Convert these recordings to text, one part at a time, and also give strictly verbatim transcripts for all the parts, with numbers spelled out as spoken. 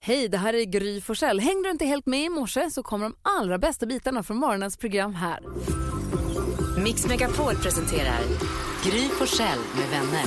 Hej, det här är Gry Forssell. Hängde du inte helt med i morse så kommer de allra bästa bitarna från morgonens program här. Mix Megapol presenterar Gry Forssell med vänner.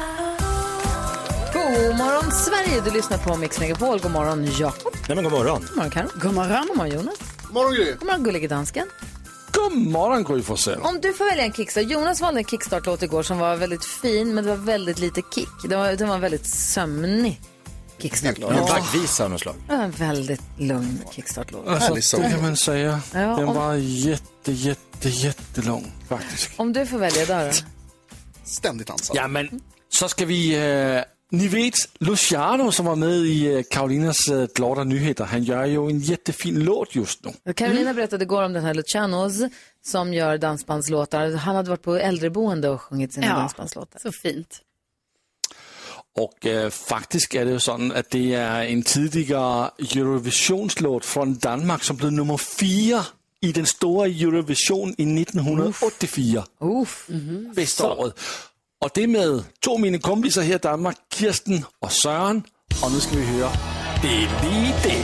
God morgon Sverige, du lyssnar på Mix Megapol. God morgon Jakob. Nej men god morgon. God morgon Karo. God morgon. God morgon Jonas. God morgon Gry. God morgon Gullige Dansken. God morgon Gry Forssell. Om du får välja en kickstart. Jonas valde en kickstart-låt igår som var väldigt fin, men det var väldigt lite kick. Den var, den var väldigt sömnig kickstart-låt. En vaggvisa av något slag. En väldigt lugn kickstart-låt. Alltså, det kan man säga. Ja, den om... var jätte, jätte, jättelång faktiskt. Om du får välja där då? Ständigt ansatt. Ja, men så ska vi... Eh, ni vet, Luciano som var med i eh, Karolinas eh, glada nyheter, han gör ju en jättefin låt just nu. Carolina berättade igår om den här Lucianos som gör dansbandslåtar. Han hade varit på äldreboende och sjungit sina ja, dansbandslåtar. Så fint. Och eh, faktiskt är det ju så att det är en tidigare Eurovisionslåt från Danmark som blev nummer fyra i den stora Eurovision i nittonhundraåttiofyra. Uff. Mm-hmm. Bästa året. Och det är med två av mina kompisar här i Danmark, Kirsten och Søren. Och nu ska vi höra Det är lite.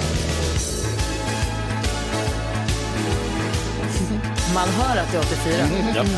Man hör att det är åttiofyra. Mm, ja.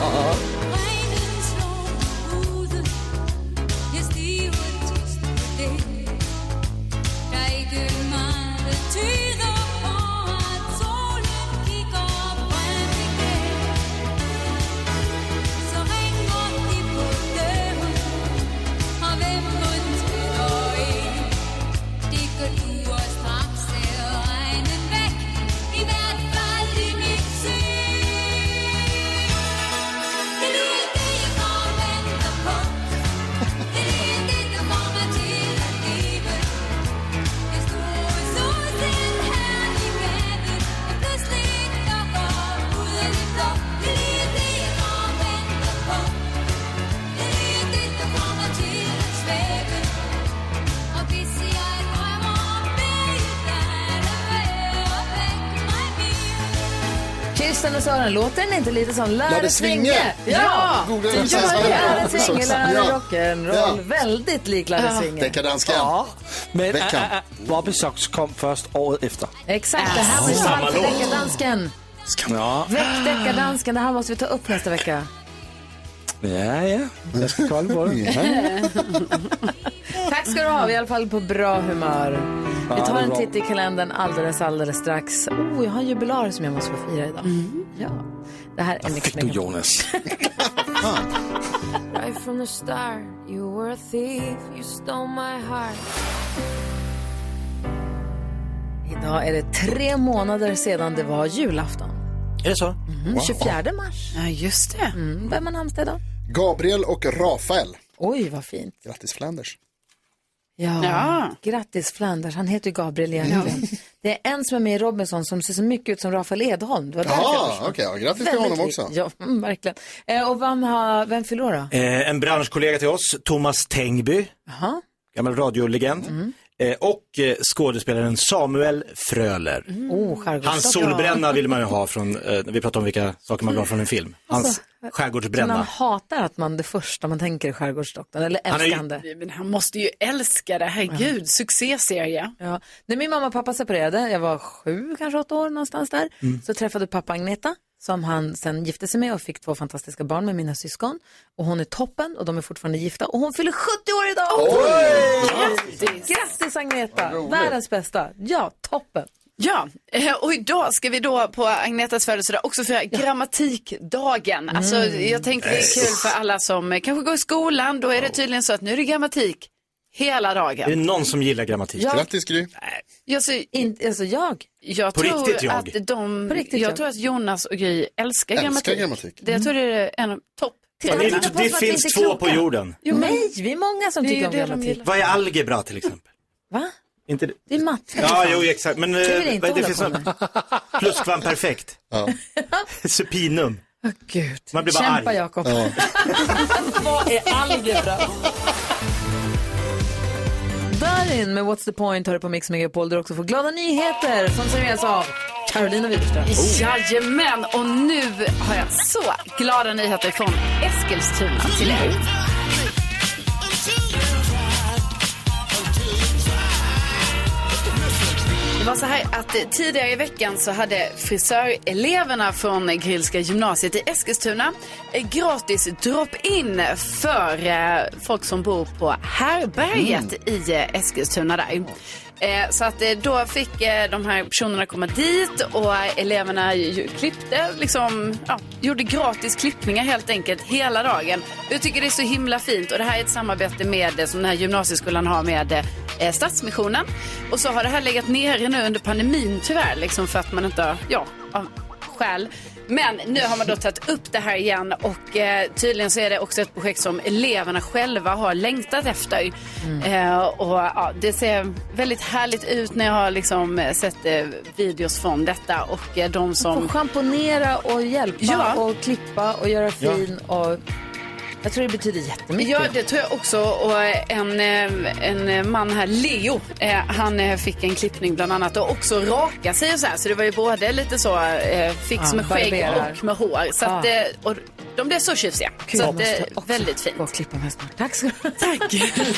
Kirsten och Sören, låter den inte lite som Lär det svinge? Ja! Googla Det den sen. Lär det svinge, lär det Ja. rock'n'roll. Ja. Väldigt lik Lär det svinge. Deckardansken. Ja, men Veckan. äh, äh, Bobby Sox kom först året efter. Exakt, det här var ju samma för Deckardansken. Ja, Väck Deckardansken, det här måste vi ta upp nästa vecka. ja, ja. Jag ska kolla på det. Tack ska du ha, vi är i alla fall på bra humör. Vi Ja, tar det är en bra. titt i kalendern alldeles, alldeles strax. Oh, jag har en jubilar som jag måste få fira idag. Ja, det här är Mix Fick du Megapol. Jonas? Right from the start, you were a thief, you stole my heart. Idag är det tre månader sedan det var julafton. Är det så? Mm, wow. tjugofjärde mars. Ja, just det. Mm, vem har namnsdag idag? Gabriel och Rafael. Oj, vad fint. Grattis Flanders. Ja, Ja. grattis Flanders. Han heter ju Gabriel egentligen. Ja. Det är en som är med i Robinson som ser så mycket ut som Rafael Edholm. Det var därför jag Ja, förstod. okej. Okay, grattis till honom också. Ja, mm, verkligen. Eh, och vem, har, vem fyller då? Eh, en branschkollega till oss, Thomas Tengby, Jaha. gammal radiolegend. Mm. Eh, och eh, skådespelaren Samuel Fröler. Mm. Oh, Hans solbränna vill man ju ha från, eh, när vi pratar om vilka saker man vill ha från en film. Hans Alltså, skärgårdsbränna. Men han hatar att man det första man tänker är Skärgårdsdoktorn, eller älskar han det? Men han måste ju älska det, herregud, ja. Succéserie. Ja. När min mamma och pappa separerade, jag var sju, kanske åtta år någonstans där, mm. så träffade pappa Agneta, som han sen gifte sig med och fick två fantastiska barn med mina syskon. Och hon är toppen och de är fortfarande gifta. Och hon fyller sjuttio år idag! Oj! Grattis! Grattis Agneta! Världens bästa. Ja, toppen. Ja, och idag ska vi då på Agnetas födelsedag också fira ja. grammatikdagen. Alltså jag tänker det är kul för alla som kanske går i skolan. Då är det tydligen så att nu är det grammatik hela dagen. Är det någon som gillar grammatik? Ja. Grattis Gry. Jag, så, In, alltså jag. jag på tror riktigt jag. att de, på riktigt jag jag. tror att Jonas och Gry älskar, Älskar grammatik. grammatik. Det jag tror det är en av topp. Ja, det, det, det finns två på jorden. Jo, nej, vi är många som det tycker är om det de grammatik. gillar. Vad är algebra till exempel? Va? Inte det? Det är matte. Ja, jo, exakt. Men eh, det det, inte det finns hålla något pluskvamperfekt. Ja. Supinum. Åh, Gud. Man blir bara Kämpa, arg. Jakob. Ja. Vad är algebra? Darin med What's the Point har du på Mix Megapol där du också får glada nyheter som serveras av Carolina Widerström. Oh. Jajamän, och nu har jag så glada nyheter från Eskilstuna till er. var så här att tidigare i veckan så hade frisöreleverna från Grillska gymnasiet i Eskilstuna gratis drop-in för eh, folk som bor på Härberget mm. i Eskilstuna där. Eh, så att eh, då fick eh, de här personerna komma dit och eleverna ju, klippte, liksom, ja, gjorde gratis klippningar helt enkelt hela dagen. Jag tycker det är så himla fint och det här är ett samarbete med, som den här gymnasieskolan har med eh, Stadsmissionen. Och så har det här legat nere nu under pandemin tyvärr, liksom för att man inte, ja, av skäl. Men nu har man då tagit upp det här igen och eh, tydligen så är det också ett projekt som eleverna själva har längtat efter. Mm. Eh, och ja, det ser väldigt härligt ut när jag har liksom sett eh, videos från detta och eh, de som... Får schamponera och hjälpa ja. och klippa och göra fin ja. och... Jag tror det betyder jättemycket. Ja, det tror jag också. Och en, en man här, Leo, han fick en klippning bland annat och också raka sig och så här. Så det var ju både lite så fix ja, med skägg barberar. Och med hår. Så ja. att, och de blev så tjusiga. Kul. Så att det är väldigt fint. Och klippa med snart. Tack så mycket. Tack.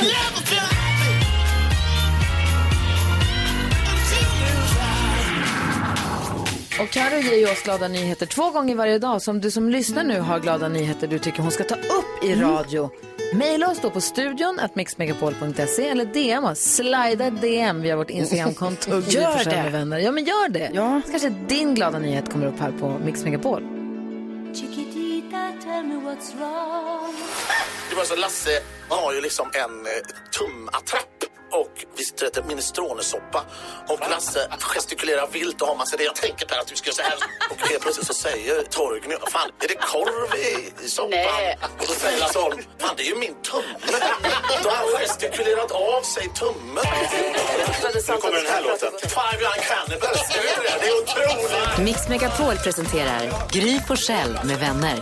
Och Karo ger ju oss glada nyheter två gånger varje dag. Så om du som lyssnar nu har glada nyheter du tycker hon ska ta upp i radio. Maila oss då på studion at mixmegapol punkt se eller D M oss. Slida D M via vårt Instagram-konto. Gör det. Med vänner. Ja, men gör det. Ja. Så kanske din glada nyhet kommer upp här på Mix Megapol. Chiquitita, tell me what's wrong. Det var så Lasse har ju liksom en eh, tumattrapp. Och vi sitter och äter minestronesoppa. Och Lasse gestikulerar vilt och har massa det. Jag tänker på att vi ska så här. Och helt plötsligt så säger Torgny, fan, är det korv i, i soppan? Nej. Och då säger Lasse Holm, fan, det är ju min tumme. Då har han gestikulerat av sig tummen. Nu kommer den här låten. Five Young Cannibals. Det är otroligt. Mix Megapol presenterar Gry Forssell med vänner.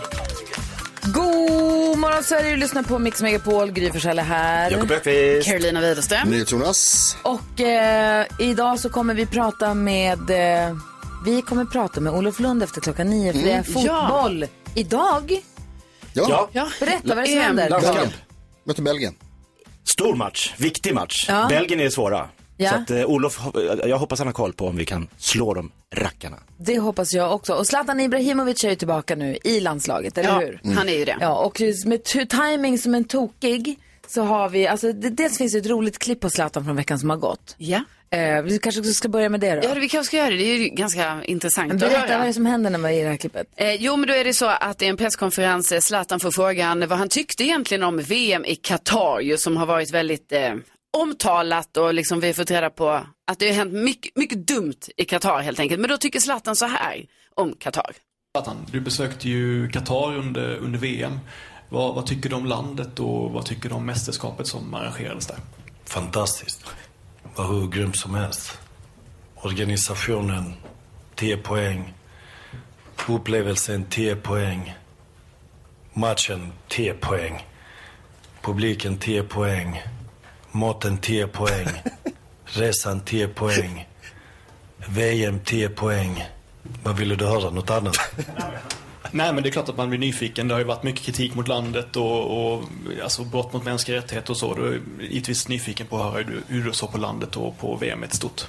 God morgon Sverige, du lyssnar på Mix Megapol, Gry Forssell här. Jakob Öqvist. Carolina Widerström. Jonas. Och eh, idag så kommer vi prata med eh, vi kommer prata med Olof Lund efter klockan nio för mm. det är fotboll. Ja. Idag. Ja. ja. Berätta vad det som händer. Landskamp. Möter Belgien. Stor match, viktig match. Ja. Belgien är svåra. Ja. Så att eh, Olof, jag hoppas han har koll på om vi kan slå dem rackarna. Det hoppas jag också. Och Zlatan Ibrahimovic är ju tillbaka nu i landslaget, eller ja, hur? Mm. Han är ju det. Ja, och med t- timing som en tokig så har vi, alltså det, dels finns det ett roligt klipp på Zlatan från veckan som har gått. Ja. Eh, vi kanske ska börja med det då. Ja, vi kanske ska göra det. Det är ju ganska intressant att berätta, höra. vad är det som händer när man är i det här klippet? Eh, jo, men då är det så att i en presskonferens Zlatan får frågan vad han tyckte egentligen om V M i Qatar, ju, som har varit väldigt eh, omtalat och liksom vi har fått reda på att det har hänt mycket, mycket dumt i Qatar helt enkelt. Men då tycker Zlatan så här om Qatar. Zlatan, du besökte ju Qatar under, under V M. Vad, vad tycker du om landet och vad tycker du om mästerskapet som arrangerades där? Fantastiskt. Det var hur grymt som helst. Organisationen, tio poäng. Upplevelsen, tio poäng. Matchen, tio poäng. Publiken, tio poäng. Maten, tio poäng. Resan, tio poäng. V M, tio poäng. Vad ville du höra? Något annat? Nej, men det är klart att man blir nyfiken. Det har ju varit mycket kritik mot landet och, och alltså brott mot mänskliga rättigheter och så. Du är givetvis nyfiken på att höra hur du, hur du såg på landet och på V M ett stort.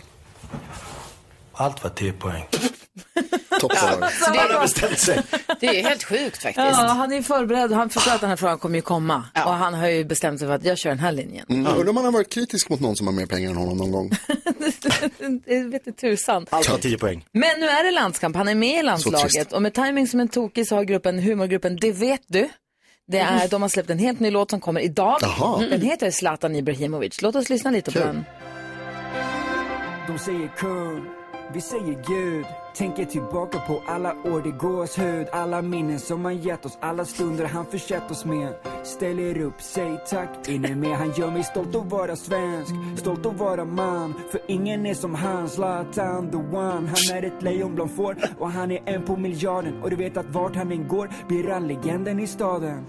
Allt var tio poäng. Toppsvar. Ja, så det har bestämt sig. Det är helt sjukt faktiskt. Ja, han är förberedd. Han förstår att den här frågan kommer ju komma. Ja. Och han har ju bestämt sig för att jag kör den här linjen. Mm. Ja. Undrar om han har varit kritisk mot någon som har mer pengar än honom någon gång. Det vet inte tusan. Allt var tio poäng. Men nu är det landskamp. Han är med i landslaget. Och med timing som en tokig så har gruppen, humorgruppen Det vet du. Det är, mm. De har släppt en helt ny låt som kommer idag. Mm. Den heter Zlatan Ibrahimovic. Låt oss lyssna lite Kul. på den. De säger kung. Vi säger Gud, tänker tillbaka på alla år det gåshud. Alla minnen som han gett oss, alla stunder han försett oss med. Ställer upp, säg tack, inne med. Han gör mig stolt att vara svensk, stolt att vara man. För ingen är som han, Zlatan the one. Han är ett lejon bland får och han är en på miljarden. Och du vet att vart han än går blir han legenden i staden.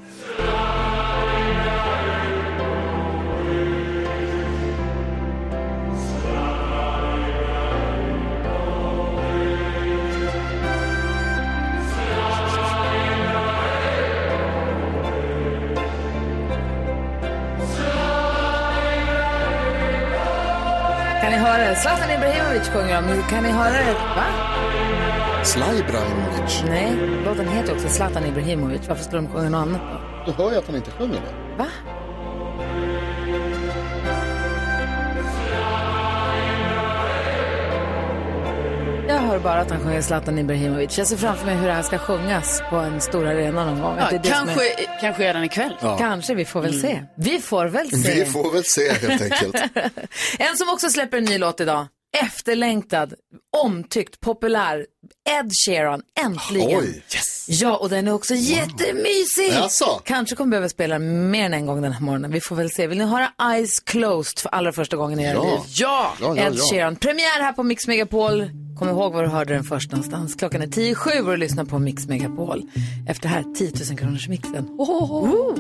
höra det. Zlatan Ibrahimovic sjunger om. Kan ni höra det? Va? Zlatan Ibrahimovic. Nej, låten heter också Zlatan Ibrahimovic. Varför skulle de sjunga något annat då? Du hör ju att han inte sjunger det. Va? Jag hör bara att han sjunger Zlatan Ibrahimovic. Jag ser framför mig hur det här ska sjungas på en stor arena någon gång. Ja, det är det kanske, är... kanske redan ikväll. Ja. Kanske, vi får väl Mm. se. Vi får väl se. Vi får väl se helt enkelt. En som också släpper en ny låt idag. Efterlängtad, omtyckt, populär. Ed Sheeran, äntligen. Oj, yes. Ja, och den är också wow. jättemysig. Jaså? Kanske kommer behöva spela mer än en gång den här morgonen. Vi får väl se. Vill ni höra Eyes Closed för allra första gången i era Ja. liv? Ja! Ja, ja, Ed ja. Sheeran. Premiär här på Mix Megapol. Kom ihåg var du hörde den först någonstans. Klockan är tio sju och du lyssnar på Mix Megapol. Efter det här tio tusen kronors mixen. Oh, oh, oh.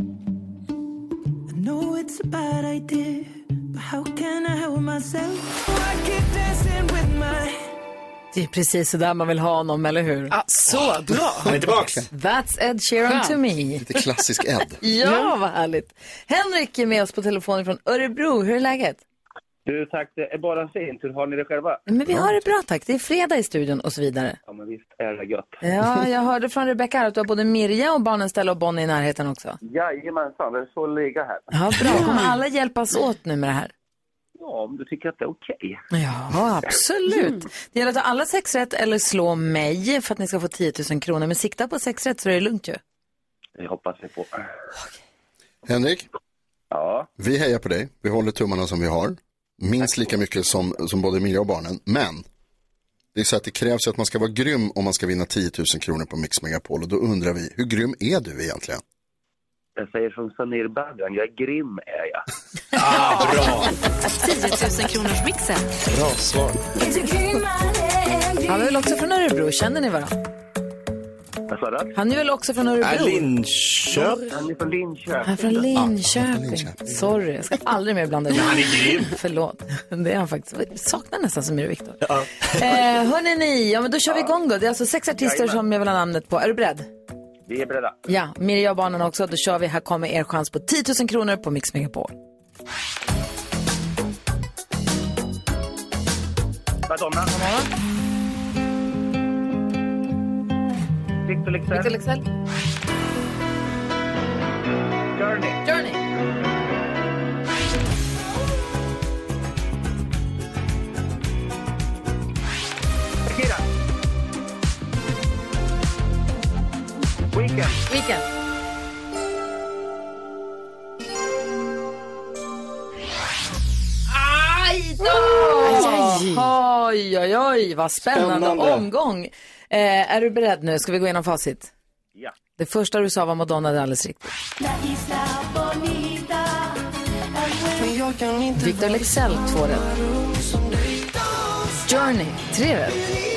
I know it's a bad idea, but how can I help myself? I keep dancing with my... Det är precis så där man vill ha honom, eller hur? Ja, så bra. Han är tillbaks. That's Ed Sheeran Skönt. to me. Lite klassisk Ed. Ja, vad härligt. Henrik är med oss på telefonen från Örebro. Hur är läget? Du, tack. Det är bara fint. Hur har ni det själva? Men vi har det bra, tack. Det är fredag i studion och så vidare. Ja, men visst är det gött. Ja, jag hörde från Rebecca att du har både Mirja och barnen Stella och Bonnie i närheten också. Jajamensan, det är så ligga här. Ja, bra. Kommer alla hjälpas åt nu med det här? Ja, om du tycker att det är okej. Ja, absolut. Det gäller att ha alla sex rätt eller slå mig för att ni ska få tio tusen kronor. Men sikta på sex rätt så är det lugnt ju. Det hoppas vi på. Henrik, Ja. vi hejar på dig. Vi håller tummarna som vi har. Minst lika mycket som, som både Emilia och barnen. Men det är så att det krävs att man ska vara grym om man ska vinna tio tusen kronor på Mix Megapol. Och då undrar vi, hur grym är du egentligen? Jag säger som Samir Badran, jag är grym är jag. Ah, bra. tio tusen kronors mixen. Bra svar. Han är väl också från Örebro, känner ni varandra? Vad sa du? Han är väl också från Örebro? Äh, Linköping. Han är från Linköping. Han är från Linköping. Sorry, jag ska aldrig mer blanda ihop. Han är grym. Förlåt, det är han faktiskt. Jag saknar nästan som är Viktor. Ja. Eh, hörrni ni, ja men då kör vi igång då. Det är alltså sex artister som jag vill ha namnet på. Är du beredd? Vi är beredda. Ja, Mirja och barnen också. Då kör vi. Här kommer er chans på tio tusen kronor på Mix Megapol. Madonna. Victor Leksell. Victor Leksell. Journey. Journey. Shakira. Weekend. Weekend. Aj då! Oj, oj, oj, vad spännande, Spännande. omgång. Eh, är du beredd nu? Ska vi gå igenom facit? Ja. Det första du sa var Madonna, det är alldeles riktigt. Victor Leksell, två rätt. Journey, tre rätt.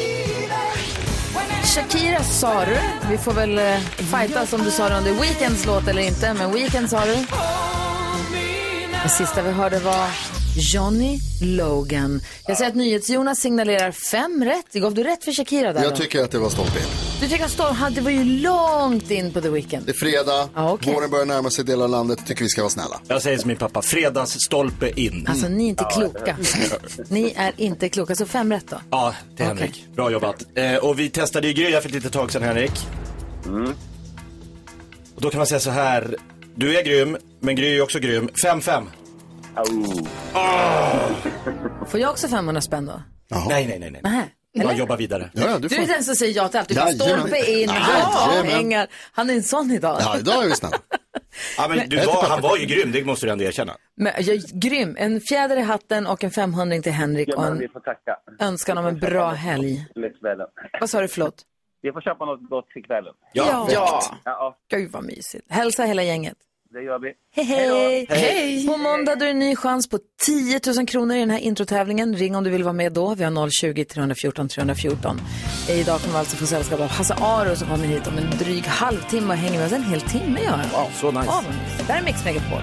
Shakira sa du. Vi får väl eh, fightas om du sa det under Weekends låt eller inte. Men Weekend sa du. Det sista vi hörde var Johnny Logan. Jag säger att NyhetsJonas signalerar fem rätt. Gav du rätt för Shakira där Jag då? tycker att det var stolpe in. Du tycker att Storm, det var ju långt in på The Weeknd. Det är fredag, Ah, okay. våren börjar närma sig delar av landet, tycker vi ska vara snälla. Jag säger som min pappa, fredagsstolpe in. Alltså ni är inte kloka. Ni är inte kloka, så fem rätt då. Ja, till Henrik. Okay. Bra jobbat. Eh, och vi testade ju Gry för ett litet tag sedan, Henrik. Mm. Och då kan man säga så här, du är grym, men Gry är också grym. fem fem. Oh. Oh. Får jag också femhundra spänn då? Nej, nej, nej. nej. Nähä. Jag jobbar vidare. Ja, ja, du, Du får... är den som säger ja till allt. Du får Jajamän. stolpe in, Jajamän. ja, pengar. Han är en sån idag. Ja, idag är vi snälla. Ja, men du var, han var ju grym, det måste du ändå erkänna. Men, jag, grym. En fjäder i hatten och en femhundring till Henrik Ja, och men en vi får tacka. önskan om en bra helg. Till kvällen. Vad sa du, förlåt? Vi får köpa något gott till kvällen. Ja. Ja. Ja, Gud vad mysigt. Hälsa hela gänget. det gör vi. Hej, hej. då. Hej. På måndag då är det en ny chans på tio tusen kronor i den här introtävlingen. Ring om du vill vara med då. Vi har noll tjugo, tre fjorton, tre fjorton. Idag kommer vi alltså få sällskap av Hasse Aro som kommer hit om en dryg halvtimme och hänger med oss en hel timme. Gör han. Wow, så nice. Ja, där är Mix Megapol.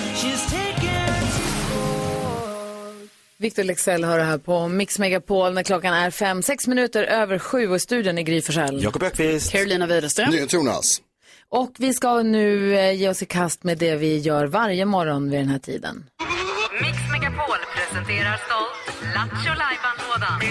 Victor Leksell har det här på Mix Megapol när klockan är fem, sex minuter över sju och studion i Gry Forssell. Jakob Öqvist. Carolina Widerström. NyhetsJonas. Och vi ska nu eh, ge oss i kast med det vi gör varje morgon vid den här tiden. Mix Megapol presenterar stolt Lattjo Lajban-lådan.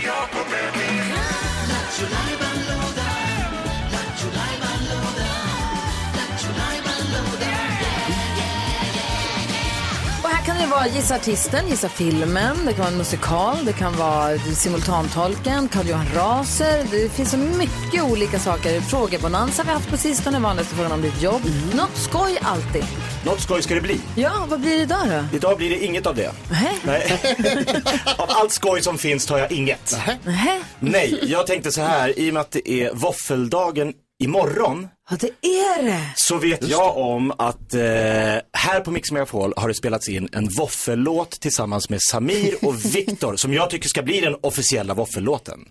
Och här kan det vara gissa artisten, gissa filmen, det kan vara en musikal, det kan vara simultantolken, Carl-Johan Raser. Det finns så mycket olika saker. Frågebonanza vi har haft på sistone, vanligaste frågan om ditt jobb. Mm. Något skoj alltid. Något skoj ska det bli. Ja, vad blir det idag då? Idag blir det inget av det. Nähä. Nej. Av allt skoj som finns tar jag inget. Nähä. Nej, jag tänkte så här, i och med att det är våffeldagen imorgon. Ja, det är det. Så vet jag om att eh, här på Mix Megapol har det spelats in en våffellåt tillsammans med Samir och Viktor som jag tycker ska bli den officiella våffellåten.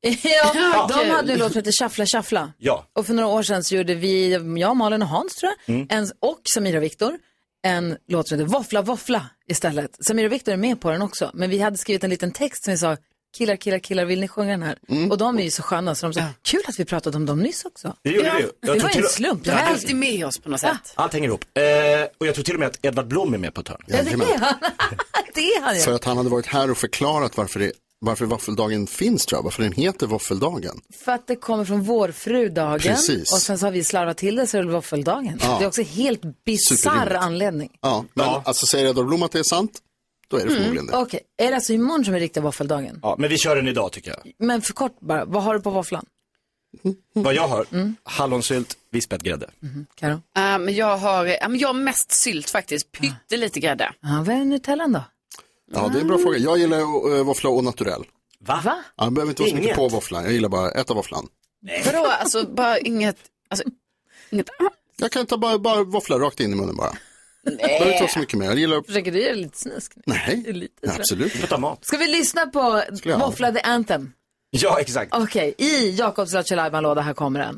Ja, de hade ju en låt som heter Shuffla Shuffla. Ja. Och för några år sedan så gjorde vi, jag, Malin och Hans tror jag, Mm. en, och Samira och Viktor, en låt som heter Våffla Våffla istället. Samira och Viktor är med på den också, men vi hade skrivit en liten text som vi sa, killar, killar, killar, vill ni sjunga den här? Mm. Och de är ju så sköna så de sa, kul att vi pratade om dem nyss också. Det gjorde ja. vi ju. Jag Det tror var till- en slump. De är alltid med oss på något sätt. Allt hänger ihop. Eh, och jag tror till och med att Edvard Blom är med på ett hörn. Ja, det är han. Det är han, För ja. att han hade varit här och förklarat varför, det, varför våffeldagen finns, tror jag. Varför den heter våffeldagen. För att det kommer från vårfrudagen. Precis. Och sen så har vi slarvat till det så är det våffeldagen. Ja. Det är också helt bisarr Superrimligt. anledning. Ja, men alltså säger Edvard Blom att det är sant, då är det förmodligen det. Okej, är det alltså imorgon som är riktiga våffeldagen? Ja, men vi kör den idag tycker jag. Men för kort bara, vad har du på våfflan? Vad jag har, hallonsylt, vispetgrädde. Karo? Uh, men jag har, uh, men jag har mest sylt faktiskt, pyttelite grädde. Ja, vad är Nutellan då? Ja, det är en bra fråga. Jag gillar uh, våffla och naturell. Va? Va? Ja, jag behöver inte vara så mycket Inget. på våfflan. Jag gillar bara äta våfflan. Vadå, alltså bara inget, alltså, inget, Jag kan ta bara, bara våffla rakt in i munnen bara. Jag behöver inte vara så mycket mer. Jag gillar... Försöker du göra lite snusk? Nej, lite, Nej absolut inte. Ta mat. Ska vi lyssna på jag. Våffla the Anthem? Ja, exakt. Okej, i Jakobs Lattjo Lajban-låda, här kommer den.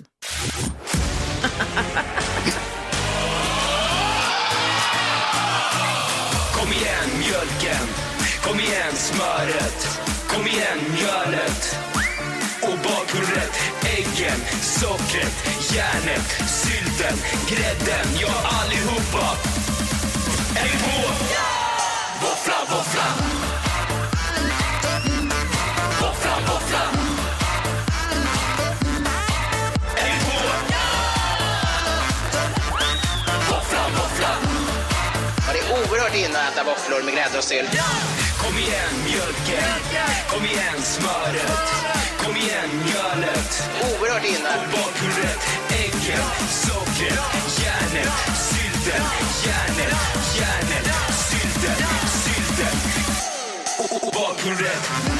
Kom igen mjölken, kom igen smöret, kom igen mjölet och bakpulvret, äggen, sockret, järnet, sylten, grädden, ja allihopa. Är vi på? Våffla, våffla. Våffla, våffla. Är vi på? Våffla, våffla. Ja, det är oerhört inne att äta våfflor med grädde och sylt. Kom igen mjölken, kom igen smöret, kom igen mjölet. Oerhört inne. Och bakpulvret, äggen, sockret, järnet, sylten, järnet, järnet, sylten, sylten. Och bakpulvret.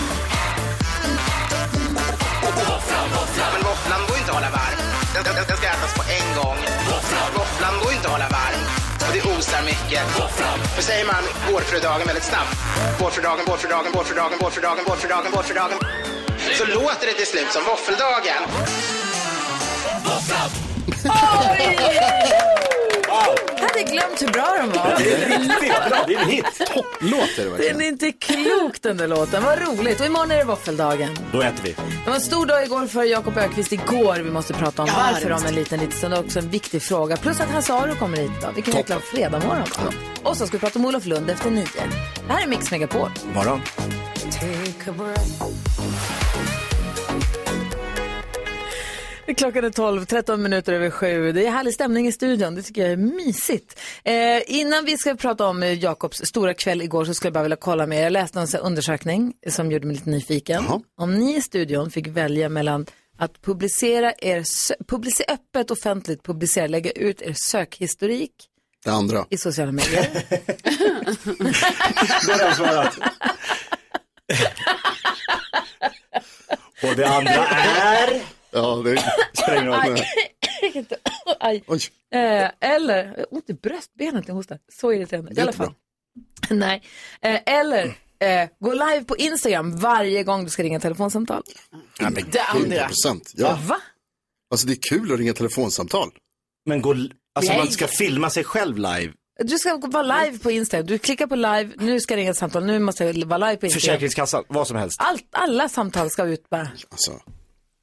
Våffla, våffla. Men våfflan går inte att hålla varm. Den, den, den ska ätas på en gång. Våffla. Våfflan går inte att hålla varm. Och det osar mycket. Våffla. För säger man vårfrudagen väldigt snabbt. Vårfrudagen, vårfrudagen, vårfrudagen, vårfrudagen, vårfrudagen, vårfrudagen. Så låter det till slut som våffeldagen. Våffla. Oj! Jag hade glömt hur bra de var. Det är riktigt bra, det är en hit. Topplåt är det Den verkligen. är inte klok den där låten, vad roligt. Och imorgon är det våffeldagen. Då äter vi. Det var en stor dag igår för Jakob Ökvist igår. Vi måste prata om Ja, varför det om en liten liten stund. Det är också en viktig fråga. Plus att Hasse Aro kommer hit då. Vilken jäkla fredag morgon. Och så ska vi prata om Olof Lund efter nio. Det här är Mix Megapol. Morgon. Take a breath. Klockan är tolv, tretton minuter över sju. Det är härlig stämning i studion. Det tycker jag är mysigt. Eh, innan vi ska prata om eh, Jakobs stora kväll igår så skulle jag bara vilja kolla med er. Jag läste en sån här undersökning som gjorde mig lite nyfiken. Jaha. Om ni i studion fick välja mellan att publicera er, sö- publicera öppet, offentligt, publicera, lägga ut er sökhistorik Det andra. i sociala medier. Då har jag svarat. Och det andra är... Ja, det Spränger av med. Aj. Oj. Eh, eller, jag har ont i bröstbenet, jag hostar. Så irriterande. I alla fall. Nej. Eh, eller eh, gå live på Instagram varje gång du ska ringa telefonsamtal. Ja, men Det andra. hundra procent. Ja. Va? Alltså det är kul att ringa telefonsamtal. Men gå, alltså Nej. man ska filma sig själv live. Du ska vara live på Instagram. Du klickar på live, nu ska jag ringa ett samtal, nu måste jag vara live på Instagram. Försäkringskassan, vad som helst. Allt, alla samtal ska ut bara. Alltså,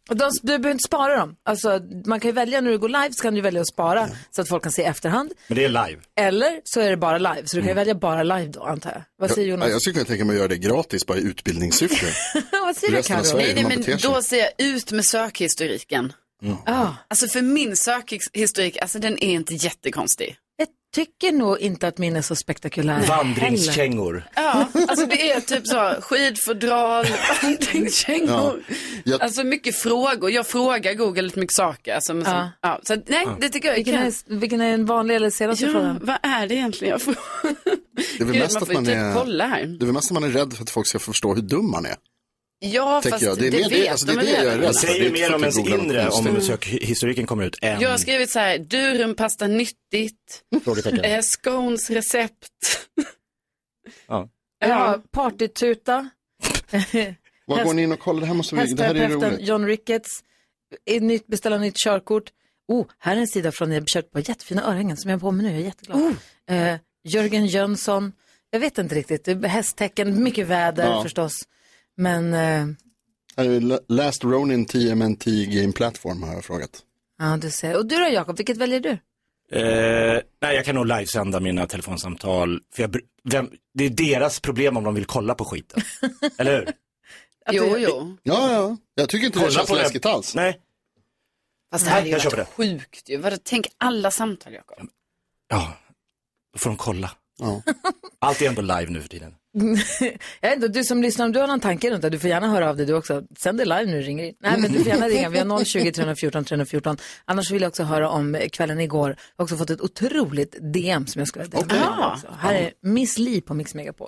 Och de, du behöver inte spara dem. Alltså, man kan ju välja när du går live, så kan du välja att spara mm. så att folk kan se efterhand. Men det är live. Eller så är det bara live, så du kan mm. välja bara live då, antar jag. Vad säger Jonas? Jag, jag skulle kunna tänka mig att göra det gratis, bara i utbildningssyfte. Vad säger du, Karo? Nej, nej, men då ser jag ut med sökhistoriken. Mm. Ah. Alltså för min sökhistorik, alltså den är inte jättekonstig. Jag tycker nog inte att min är så spektakulär. Vandringskängor. Ja, alltså det är typ så skidfodral, vandringskängor. Ja. Jag... Alltså mycket frågor. Jag frågar Google lite mycket saker. Alltså, men så, ja. Ja, så nej, ja. det tycker jag är vilken, är, vilken är en vanlig eller senaste ja, frågan? Vad är det egentligen jag får? Det är väl mest man att får man typ är, kolla här. det är väl mest att man är rädd för att folk ska förstå hur dum man är. Ja, fast jag. Det, är det mer, vet det, alltså, det, de är det jag är rädd för. Det säger ju mer om ens inre om sökhistoriken kommer ut än... Jag har skrivit så här, durumpasta nyttigt, eh, scones recept. Ja. Ja, partytuta. Vad går ni in och kollar? Det här måste vi, det här är roligt. John Ricketts, nytt, beställa nytt körkort. Oh, här är en sida från när jag köpt på jättefina örhängen som jag har på mig nu, jag är jätteglad. Oh. Eh, Jörgen Jönsson, jag vet inte riktigt, det är hästtecken, mycket väder ja. förstås. Men... Eh... Last Ronin T M N T Game Platform har jag frågat. Ja, du ser. Och du då, Jakob, vilket väljer du? Eh, nej, jag kan nog livesända mina telefonsamtal. För jag, vem, det är deras problem om de vill kolla på skiten. Eller hur? Jo, jo. Ja, ja. Jag tycker inte kolla det känns läskigt alls. Nej. Fast det här är ju det. Sjukt ju. Vad, tänk alla samtal, Jakob. Ja, då får de kolla. Ja. Allt är ändå live nu för tiden. Jag vet inte, du som lyssnar, om du har någon tanke runt det, du får gärna höra av dig du också. Sänd det live nu, ringer in. Nej, men du får gärna ringa. Vi har noll tjugo, tre fjorton, tre fjorton. Annars vill jag också höra om kvällen igår. Jag har också fått ett otroligt D M som jag skulle dela med mig också. Här är Miss Li på Mix Megapol.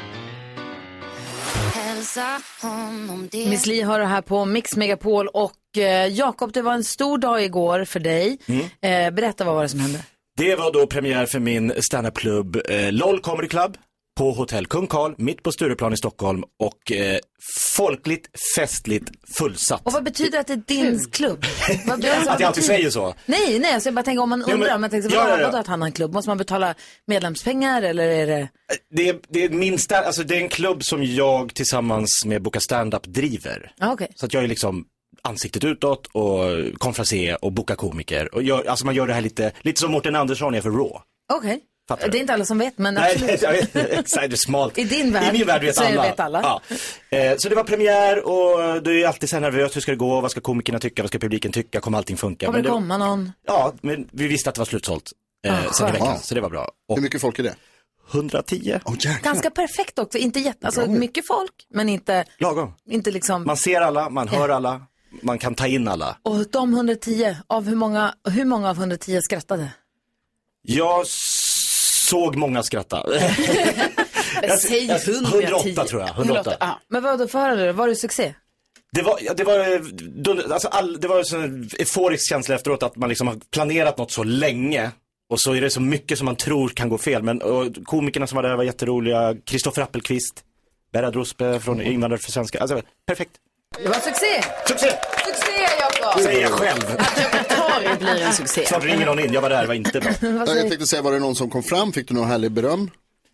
Miss Li har det här på Mix Megapol. Och eh, Jakob, det var en stor dag igår för dig. Mm. Eh, berätta, vad var det som hände? Det var då premiär för min stand-up-klubb eh, LOL Comedy Club på Hotell Kung Karl, mitt på Stureplan i Stockholm. Och eh, folkligt, festligt, fullsatt. Och vad betyder att det är din klubb? Vad, alltså, att jag alltid säger så? Nej, nej, så jag bara tänker om man undrar, jo, men, man tänker så, ja, vad, ja, ja. vadå att han har en klubb? Måste man betala medlemspengar eller är det? Det är, det är min stand, alltså det är en klubb som jag tillsammans med Boka Stand-up driver. Ah, okay. Så att jag är liksom ansiktet utåt och konferenser och boka komiker. Och jag, alltså man gör det här lite, lite som Mårten Andersson är för Raw. Okej. Okay. Det är inte alla som vet, men nej, absolut. Nej, exakt, det är smalt. I din värld, I min värld vet så alla. vet alla. Ja. Eh, så det var premiär och du är alltid så nervös, hur ska det gå, vad ska komikerna tycka, vad ska publiken tycka, kommer allting funka? Kommer det, det komma någon? Ja, men vi visste att det var slutsålt eh, ah, sen i veckan, så det var bra. Och hur mycket folk är det? hundratio. Oh, ganska perfekt också, inte jätte, alltså mycket folk, men inte... Lagom. Inte liksom... Man ser alla, man hör ja. alla, man kan ta in alla. Och de hundratio, av hur många, hur många av hundratio skrattade? Jag såg många skratta. jag, Säg jag, hundraåtta tror jag. hundraåtta. Ah. Men vad då för det? Var det succé? Det var, ja, det var, alltså all, det var en euforisk känsla efteråt att man liksom har planerat något så länge. Och så är det så mycket som man tror kan gå fel. Men och, komikerna som var där var jätteroliga. Kristoffer Appelqvist, Berra Drospe från Invandrare för svenska. Alltså, perfekt. Det var succé! Succé! Succé, Jakob! Säger jag själv. Att jag tar blir en succé. Snart ringer någon in, jag var där, det var inte bra. Jag tänkte säga, var det någon som kom fram? Fick du någon härlig beröm?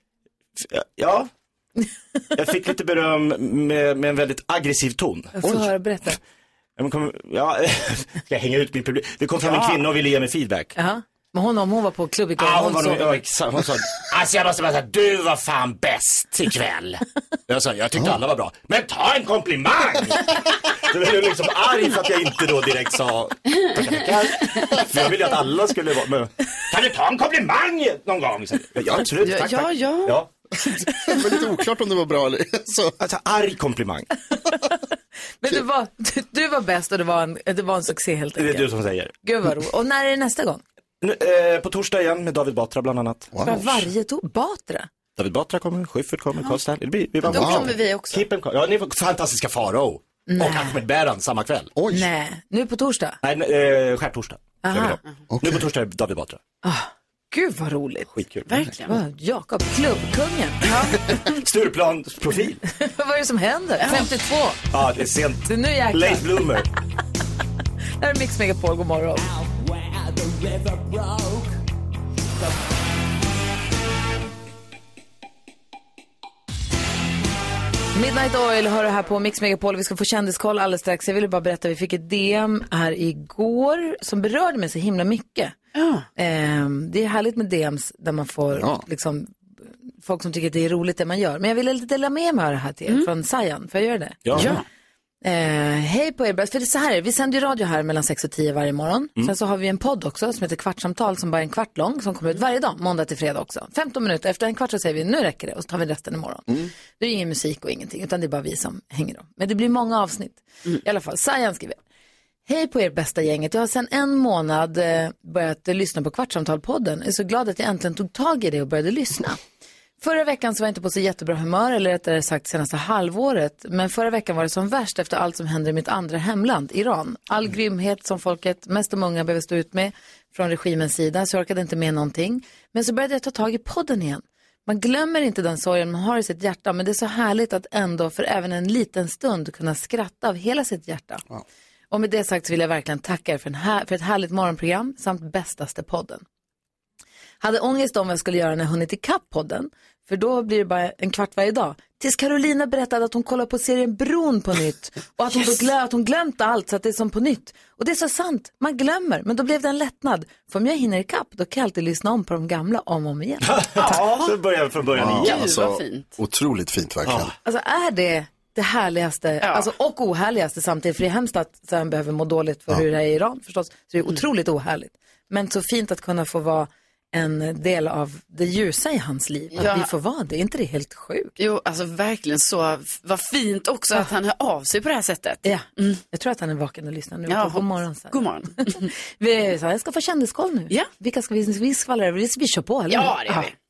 Ja. Jag fick lite beröm med, med en väldigt aggressiv ton. Jag får höra, berätta. Jag kom, ja, ska jag hänga ut min publik? Det kom fram ja. en kvinna och ville ge mig feedback. Jaha. Men hon, om hon var på klubb ikväll, ah, hon, hon, var så... nog, ja, hon sa, alltså jag måste bara säga, du var fan bäst ikväll. Jag sa, jag tyckte alla var bra. Men ta en komplimang! Så jag blev liksom arg för att jag inte då direkt sa, för jag ville att alla skulle vara, men, kan du ta en komplimang någon gång? Så, ja, absolut, tack, ja, tack. Ja, ja. Det var lite oklart om det var bra eller så. Alltså, arg komplimang. Men du var, du, du var bäst och det var en, det var en succé helt enkelt. Det är du som säger. Gud vad roligt. Och när är det nästa gång? Nu, eh, på torsdag igen med David Batra bland annat. Wow. För varje to- Batra? David Batra kommer, Schyffert kommer, Carl Stanley. Det blir, vi bara, då wow. kommer vi också. Keep ja, ni får fantastiska Farao. Och Ahmed Bäran samma kväll. Oj. Nej, nu på torsdag? Nej, eh, skärtorsdag. Okay. Nu på torsdag är David Batra. Ah, gud vad roligt. Skitkul. Verkligen. Wow, Jakob, klubbkungen. Ja. Stureplans profil. Vad är det som händer? femtiotvå. Ja, det är sent. Det är nu jäklar. Late bloomer. Det här är Mix Megapol, god morgon. Midnight Oil hör du här på Mix Megapol. Vi ska få kändiskoll alldeles strax. Jag ville bara berätta, vi fick ett D M här igår som berörde mig så himla mycket. Ja. Eh, det är härligt med D Ms där man får ja. liksom, folk som tycker att det är roligt det man gör. Men jag ville lite dela med mig av det här till er mm. från Sajan. Får jag göra det? Ja. ja. Eh, hej på er, för det är så här, vi sänder ju radio här mellan sex och tio varje morgon. Mm. Sen så har vi en podd också som heter Kvartsamtal som bara är en kvart lång, som kommer ut varje dag, måndag till fredag också. femton minuter, efter en kvart så säger vi, nu räcker det, och så tar vi resten imorgon. Mm. Det är ingen musik och ingenting, utan det är bara vi som hänger dem. Men det blir många avsnitt. Mm. I alla fall, Sajan skriver: hej på er bästa gänget, jag har sedan en månad eh, börjat eh, lyssna på Kvartsamtal-podden. Jag är så glad att jag äntligen tog tag i det och började lyssna. Förra veckan så var jag inte på så jättebra humör, eller rättare sagt senaste halvåret. Men förra veckan var det som värst efter allt som hände i mitt andra hemland, Iran. All grymhet som folket, mest och många, behöver stå ut med från regimens sida. Så jag orkade inte med någonting. Men så började jag ta tag i podden igen. Man glömmer inte den sorgen man har i sitt hjärta. Men det är så härligt att ändå för även en liten stund kunna skratta av hela sitt hjärta. Wow. Och med det sagt så vill jag verkligen tacka er för, en här, för ett härligt morgonprogram samt bästaste podden. Hade ångest om vad jag skulle göra när jag hunnit ikapp podden. För då blir det bara en kvart varje dag. Tills Carolina berättade att hon kollar på serien Bron på nytt. Och att hon, yes. glö- att hon glömt allt så att det är som på nytt. Och det är så sant. Man glömmer. Men då blev det en lättnad. För om jag hinner ikapp, då kan jag alltid lyssna om på de gamla om och om igen. Ja, så börjar vi från början ja, igen. Alltså, fint. Otroligt fint verkligen. Ja. Alltså är det det härligaste, ja. alltså, och ohärligaste samtidigt. För det är hemskt att sen behöver må dåligt för ja. hur det är i Iran förstås. Så det är otroligt mm. ohärligt. Men så fint att kunna få vara en del av det ljusa i hans liv. Att ja. vi får vara det. Är inte det helt sjukt? Jo, alltså verkligen så. Vad fint också ja. att han hör av sig på det här sättet. Ja, mm. jag tror att han är vaken och lyssnar nu. Ja, god morgon. Så. God morgon. vi, så jag ska få kändiskoll nu. Ja. Vilka ska vi, vi skvallra över? Vi kör på, eller? Ja, det gör vi.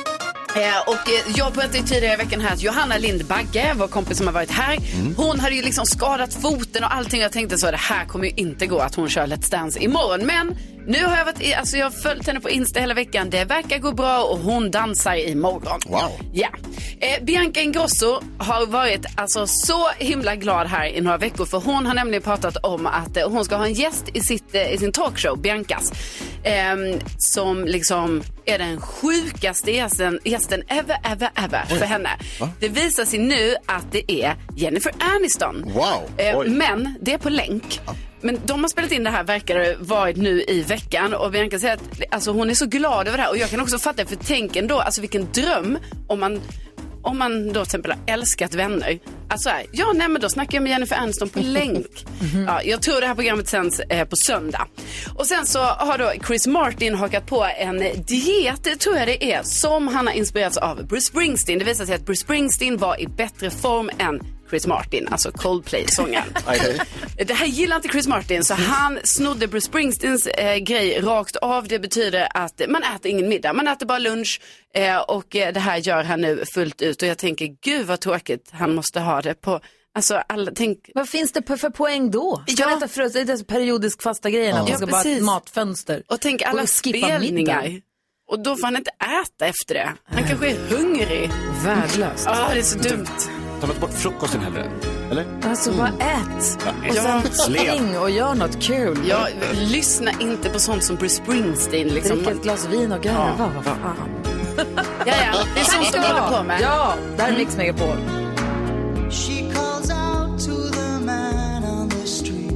Eh, och eh, jag pratade tidigare i veckan här att Johanna Lindbagge, vår kompis som har varit här, mm. hon hade ju liksom skadat foten och allting. Jag tänkte så, det här kommer ju inte gå att hon kör Let's Dance imorgon. Men nu har jag varit, alltså jag har följt henne på Insta hela veckan. Det verkar gå bra och hon dansar imorgon. Wow. Ja. Eh, Bianca Ingrosso har varit alltså så himla glad här i några veckor. För hon har nämligen pratat om att eh, hon ska ha en gäst i, sitt, eh, i sin talkshow, Biancas. Eh, som liksom är den sjukaste gästen, gästen ever, ever, ever Oj. för henne. Va? Det visar sig nu att det är Jennifer Aniston. Wow. Eh, men det är på länk. Ja. Men de har spelat in det här, verkar det varit nu i veckan. Och Bianca säger att alltså, hon är så glad över det här. Och jag kan också fatta, för tänk ändå, alltså vilken dröm om man, om man då till exempel har älskat vänner. Alltså här, ja nej men då snackar jag med Jennifer Aniston på länk. Mm-hmm. Ja, jag tror det här programmet sänds eh, på söndag. Och sen så har då Chris Martin hakat på en diet, det tror jag det är, som han har inspirerats av Bruce Springsteen. Det visar sig att Bruce Springsteen var i bättre form än Chris Martin, alltså Coldplay-sångaren. Det här gillar inte Chris Martin, så han snodde Bruce Springsteens eh, grej rakt av. Det betyder att man äter ingen middag, man äter bara lunch. Eh, och eh, det här gör han nu fullt ut. Och jag tänker, gud vad tråkigt han måste ha det på. Alltså, alla, tänk... Vad finns det för poäng då? Ska ja. äta frös, det är det periodisk fasta grejen. Ja. Man ska ja, bara ett matfönster. Och tänk alla spelningar. Och då får han inte äta efter det. Han kanske är hungrig. Värdelöst. Ja, ah, det är så dumt. Ta inte bort frukosten heller, eller? Alltså, bara ät. Och sen spring och gör något kul. Ja, lyssna inte på sånt som Bruce Springsteen. Liksom. Drick ett glas vin och garva, ja. vad fan. ja, ja, det är sånt du håller på med. Ja, där är Mix Megapol. She calls out to the man on the street.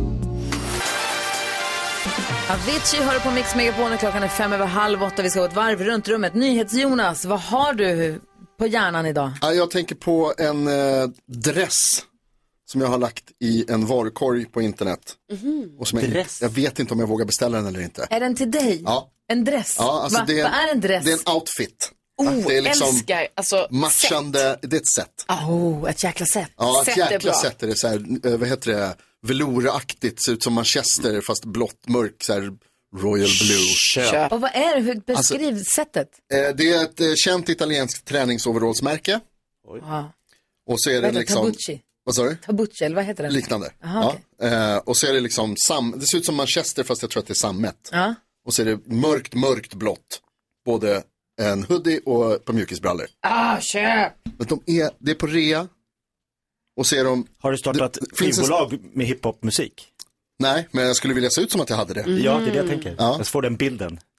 Avicii hör på Mix Megapol. Klockan är fem över halv åtta. Vi ska gå ett varv runt rummet. NyhetsJonas, vad har du på hjärnan idag? Ja, jag tänker på en eh, dress som jag har lagt i en varukorg på internet. Mm-hmm. Och som jag, jag vet inte om jag vågar beställa den eller inte. Är den till dig? Ja. En dress? Ja, alltså Va? det är, vad är en dress? Det är en outfit. Oh, det är liksom älskar. Alltså, matchande, set. det är ett set. Oh, ett jäkla set. Ja, ett set jäkla är set är det så här, vad heter det, velouraktigt, ser ut som Manchester fast blått, mörk, så här Royal Blue. Köp. Och vad är det, hur beskriv alltså, sättet? Eh, det är ett eh, känt italienskt träningsoverallsmärke. Oj. Och så är det liksom... Tabucci. Vad sa du? Tabucci, eller vad heter det? Liknande. Aha, ja. okay. eh, och så är det liksom, sam... det ser ut som Manchester fast jag tror att det är sammet. Ja. Och så är det mörkt, mörkt blått. Både en hoodie och på mjukisbrallor. Ah, köp! Men de är, det är på rea. Och så är de... Har du startat skivbolag en... med hiphopmusik? Nej, men jag skulle vilja se ut som att jag hade det. Mm. Ja, det är det jag tänker. Ja. Jag får den bilden.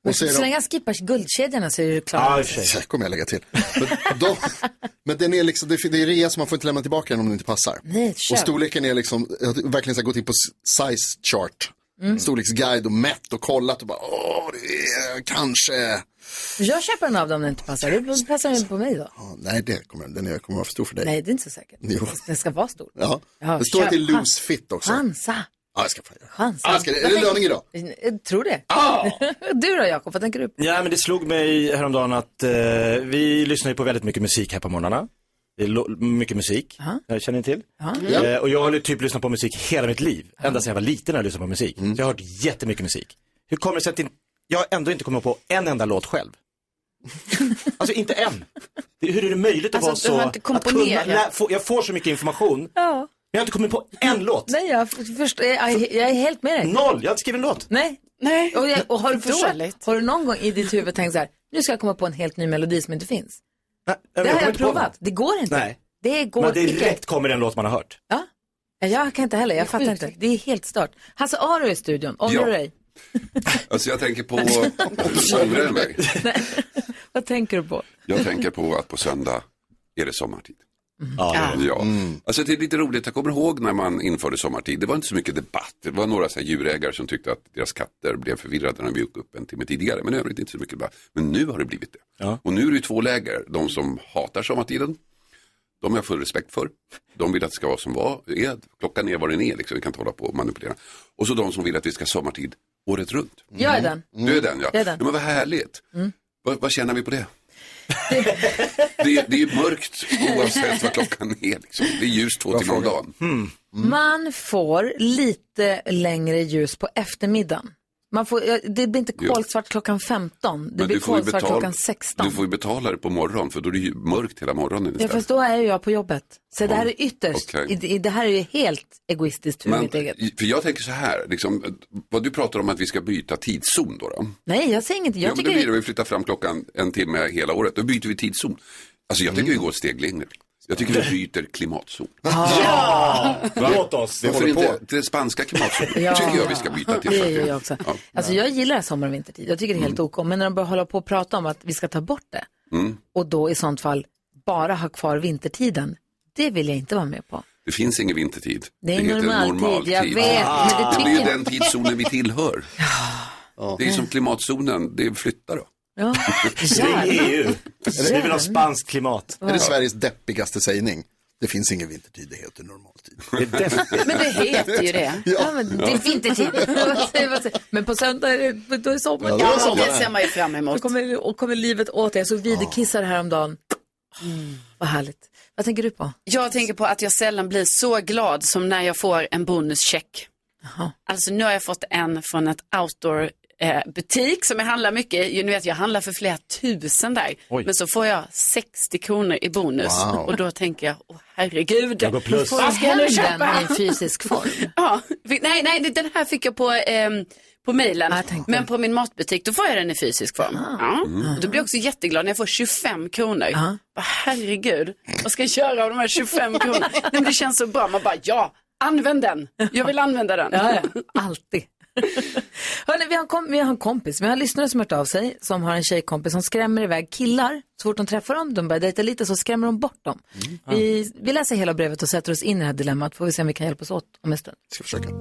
Och så så länge han skippar guldkedjorna så är det klart. Ja, i och för sig. Det kommer jag lägga till. Men, de, men den är liksom, det är, det är rea som man får inte lämna tillbaka den om den inte passar. Nej, och storleken är liksom, jag har verkligen så här gått in på size chart. Mm. Storleksguide och mätt och kollat och bara, åh, det är kanske... Jag köper en av dem om den inte passar. Det passar den på mig då? Ja, nej, det kommer, den är, kommer vara för stor för dig. Nej, det är inte så säkert. Jo. Den ska vara stor. Ja, ja det står att det är loose fit också. Chansa. Ja, jag ska få göra. Chansa. Ah, ska det, är det löning idag? Jag tror det. Ah! Du då, Jakob, vad tänker du på? Ja, men det slog mig häromdagen att eh, vi lyssnar ju på väldigt mycket musik här på morgnarna. Det är lo- mycket musik, uh-huh. jag känner ni till. Uh-huh. Eh, och jag har typ lyssnat på musik hela mitt liv. Uh-huh. Ända sedan jag var liten när jag lyssnade på musik. Mm. Så jag har hört jättemycket musik. Hur kommer det sig att in- jag ändå inte kommer på en enda låt själv? Alltså inte en. Det, hur är det möjligt att alltså, vara så... Att kunna, lä- få, jag får så mycket information. Ja. Jag har inte kommit på en låt. Nej, jag, förstår, jag, jag är helt med dig. Noll, jag har inte skrivit en låt. Nej. Nej. Och, jag, och har, du försökt, har du någon gång i ditt huvud tänkt så här, nu ska jag komma på en helt ny melodi som inte finns? Nej, det har jag, jag provat. Det går inte. Nej. Det går Men inte. direkt kommer en låt man har hört. Ja. Jag kan inte heller, jag fattar inte. Det är helt stört. Hasse Aro i studion, ångrar ja. du dig? Alltså jag tänker på, ångrar jag mig? Vad tänker du på? Jag tänker på att på söndag är det sommartid. Mm. Ja, ja. Mm. Alltså det är lite roligt, jag kommer ihåg när man införde sommartid, det var inte så mycket debatt, det var några så här djurägare som tyckte att deras katter blev förvirrade när de gick upp en timme tidigare, men övrigt inte så mycket debatt. Men nu har det blivit det. Ja. Och nu är det ju två läger, de som hatar sommartiden, de har jag full respekt för. De vill att det ska vara som var, är, klockan är vad den är, liksom, vi kan inte hålla på och manipulera. Och så de som vill att vi ska ha sommartid året runt. Mm. Jag är den. Mm. Du är den, ja. Jag är den. Ja, men vad härligt. Mm. Vad, vad känner vi på det? det, det är ju mörkt oavsett vad klockan är. Liksom. Det är ljus två timmar om dagen. Mm. Mm. Man får lite längre ljus på eftermiddagen. Man får, det blir inte kolsvart klockan femton. Det men blir kolsvart betala, klockan sexton. Du får ju betala det på morgonen för då är det ju mörkt hela morgonen. Ja, fast då är jag på jobbet. Så ja. Det här är ytterst. Okay. Det här är ju helt egoistiskt för men, mitt eget. För jag tänker så här, liksom, vad du pratar om att vi ska byta tidszon då. då. Nej, jag säger inget. Jag ja, men då blir det vi flyttar fram klockan en timme hela året. Då byter vi tidszon. Alltså jag tycker mm. vi går ett steg längre. Jag tycker vi byter klimatzon. Ja! Låt oss, det håller inte på. Till det spanska klimatzonen ja. tycker jag vi ska byta till. Det gör jag också. Ja. Alltså jag gillar sommar och vintertid. Jag tycker det är helt mm. ok. Men när de börjar hålla på och prata om att vi ska ta bort det. Mm. Och då i sånt fall bara ha kvar vintertiden. Det vill jag inte vara med på. Det finns ingen vintertid. Det är det normal, normal tid. Jag tid. vet. Ah. Men det, det blir ju den tidszonen vi tillhör. Ja. Det är som klimatzonen. Det flyttar då. Ja. Det är E U. Vi vill ha spansk klimat. Det är Sveriges deppigaste sägning. Det finns ingen vintertid, det heter normaltid. Men det heter ju det. Ja, ja men det är vintertid. Men på söndag är det, då är sommar. Ja, ja, sommar. Det ser man ju fram emot. Och kommer, och kommer livet åt. Jag så videkissar häromdagen. Mm. Vad härligt. Vad tänker du på? Jag tänker på att jag sällan blir så glad som när jag får en bonuscheck. Aha. Alltså nu har jag fått en från ett outdoor Eh, butik som jag handlar mycket. Ni vet, jag handlar för flera tusen där. Oj. Men så får jag sextio kronor i bonus. Wow. Och då tänker jag, åh herregud. Jag går plus. Vad ska jag köpa? I fysisk form? Ja, nej, nej, den här fick jag på, eh, på mejlen. Ah, men på min matbutik, då får jag den i fysisk form. Ah. Ja. Mm. Då blir jag också jätteglad när jag får tjugofem kronor. Ah. Bara, herregud, vad ska jag göra av de här tjugofem kronorna? Nej, men det känns så bra. Man bara, ja, använd den. Jag vill använda den. Ja, ja. Alltid. Hörrni, vi, har kom, vi har en kompis, vi har en lyssnare som har hört av sig som har en tjejkompis som skrämmer iväg killar. Så fort de träffar dem, de börjar dejta lite så skrämmer de bort dem. Mm. Vi, vi läser hela brevet och sätter oss in i det här dilemmat. Får vi se om vi kan hjälpa oss åt om en stund. Jag ska försöka.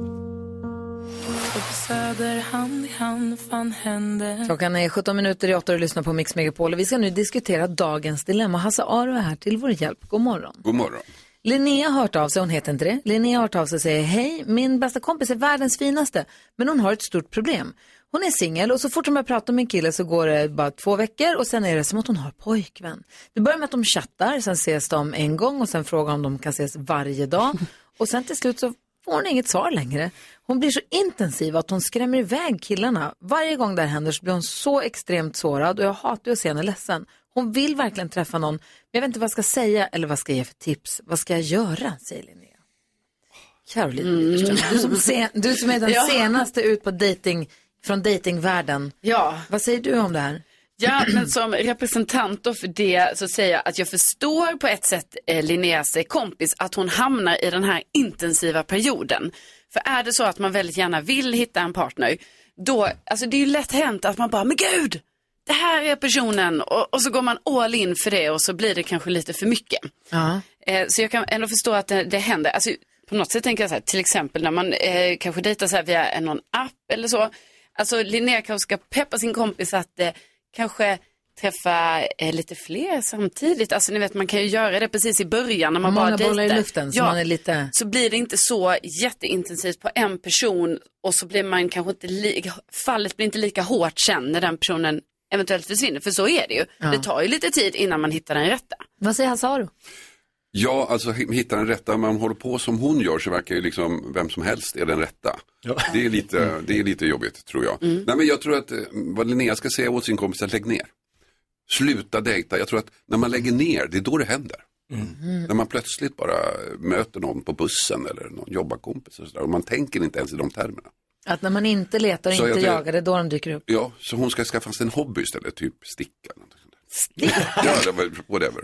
Klockan är sjutton minuter i åtta och lyssnar på Mix Megapol. Och vi ska nu diskutera dagens dilemma. Hasse Aro är här till vår hjälp. God morgon. God morgon. Linnea har hört av sig, hon heter inte det. Linnea har hört av sig och säger, hej, min bästa kompis är världens finaste, men hon har ett stort problem. Hon är singel och så fort hon börjar prata med en kille så går det bara två veckor och sen är det som att hon har pojkvän. Det börjar med att de chattar, sen ses de en gång och sen frågar om de kan ses varje dag. Och sen till slut så får hon inget svar längre. Hon blir så intensiv att hon skrämmer iväg killarna. Varje gång det händer så blir hon så extremt sårad och jag hatar att se henne ledsen. Hon vill verkligen träffa någon, men jag vet inte vad jag ska säga eller vad ska jag ge för tips. Vad ska jag göra, säger Linnea. Caroline, mm. du, som sen, du som är den ja. senaste ut på dating, från datingvärlden. Ja. Vad säger du om det här? Ja, men som representant då för det så säger jag att jag förstår på ett sätt eh, Linneas kompis att hon hamnar i den här intensiva perioden. För är det så att man väldigt gärna vill hitta en partner, då, alltså det är ju lätt hänt att man bara, men gud, det här är personen. Och, och så går man all in för det och så blir det kanske lite för mycket. Ja. Eh, så jag kan ändå förstå att det, det händer. Alltså, på något sätt tänker jag så här, till exempel när man eh, kanske dejtar så här via någon app eller så. Alltså Linnea kanske ska peppa sin kompis att eh, kanske träffa eh, lite fler samtidigt. Alltså ni vet, man kan ju göra det precis i början när man Många bara dejtar. bollar i luften, så ja, man är lite... så blir det inte så jätteintensivt på en person och så blir man kanske inte li- fallet blir inte lika hårt sen när den personen eventuellt försvinner. För så är det ju. Ja. Det tar ju lite tid innan man hittar den rätta. Vad säger Hasse Aro? Ja, alltså hitta den rätta. Om man håller på som hon gör så verkar ju liksom vem som helst är den rätta. Ja. Det är lite, det är lite jobbigt, tror jag. Mm. Nej, men jag tror att eh, vad Linnea ska säga åt sin kompis att lägg ner. Sluta dejta. Jag tror att när man lägger ner, det är då det händer. Mm. När man plötsligt bara möter någon på bussen eller någon jobbarkompis och sådär. Och man tänker inte ens i de termerna. Att när man inte letar och Så inte jag- jagar, det är då de dyker upp. Ja, så hon ska skaffa sig en hobby istället, typ sticka. Sticka? Ja, det var whatever.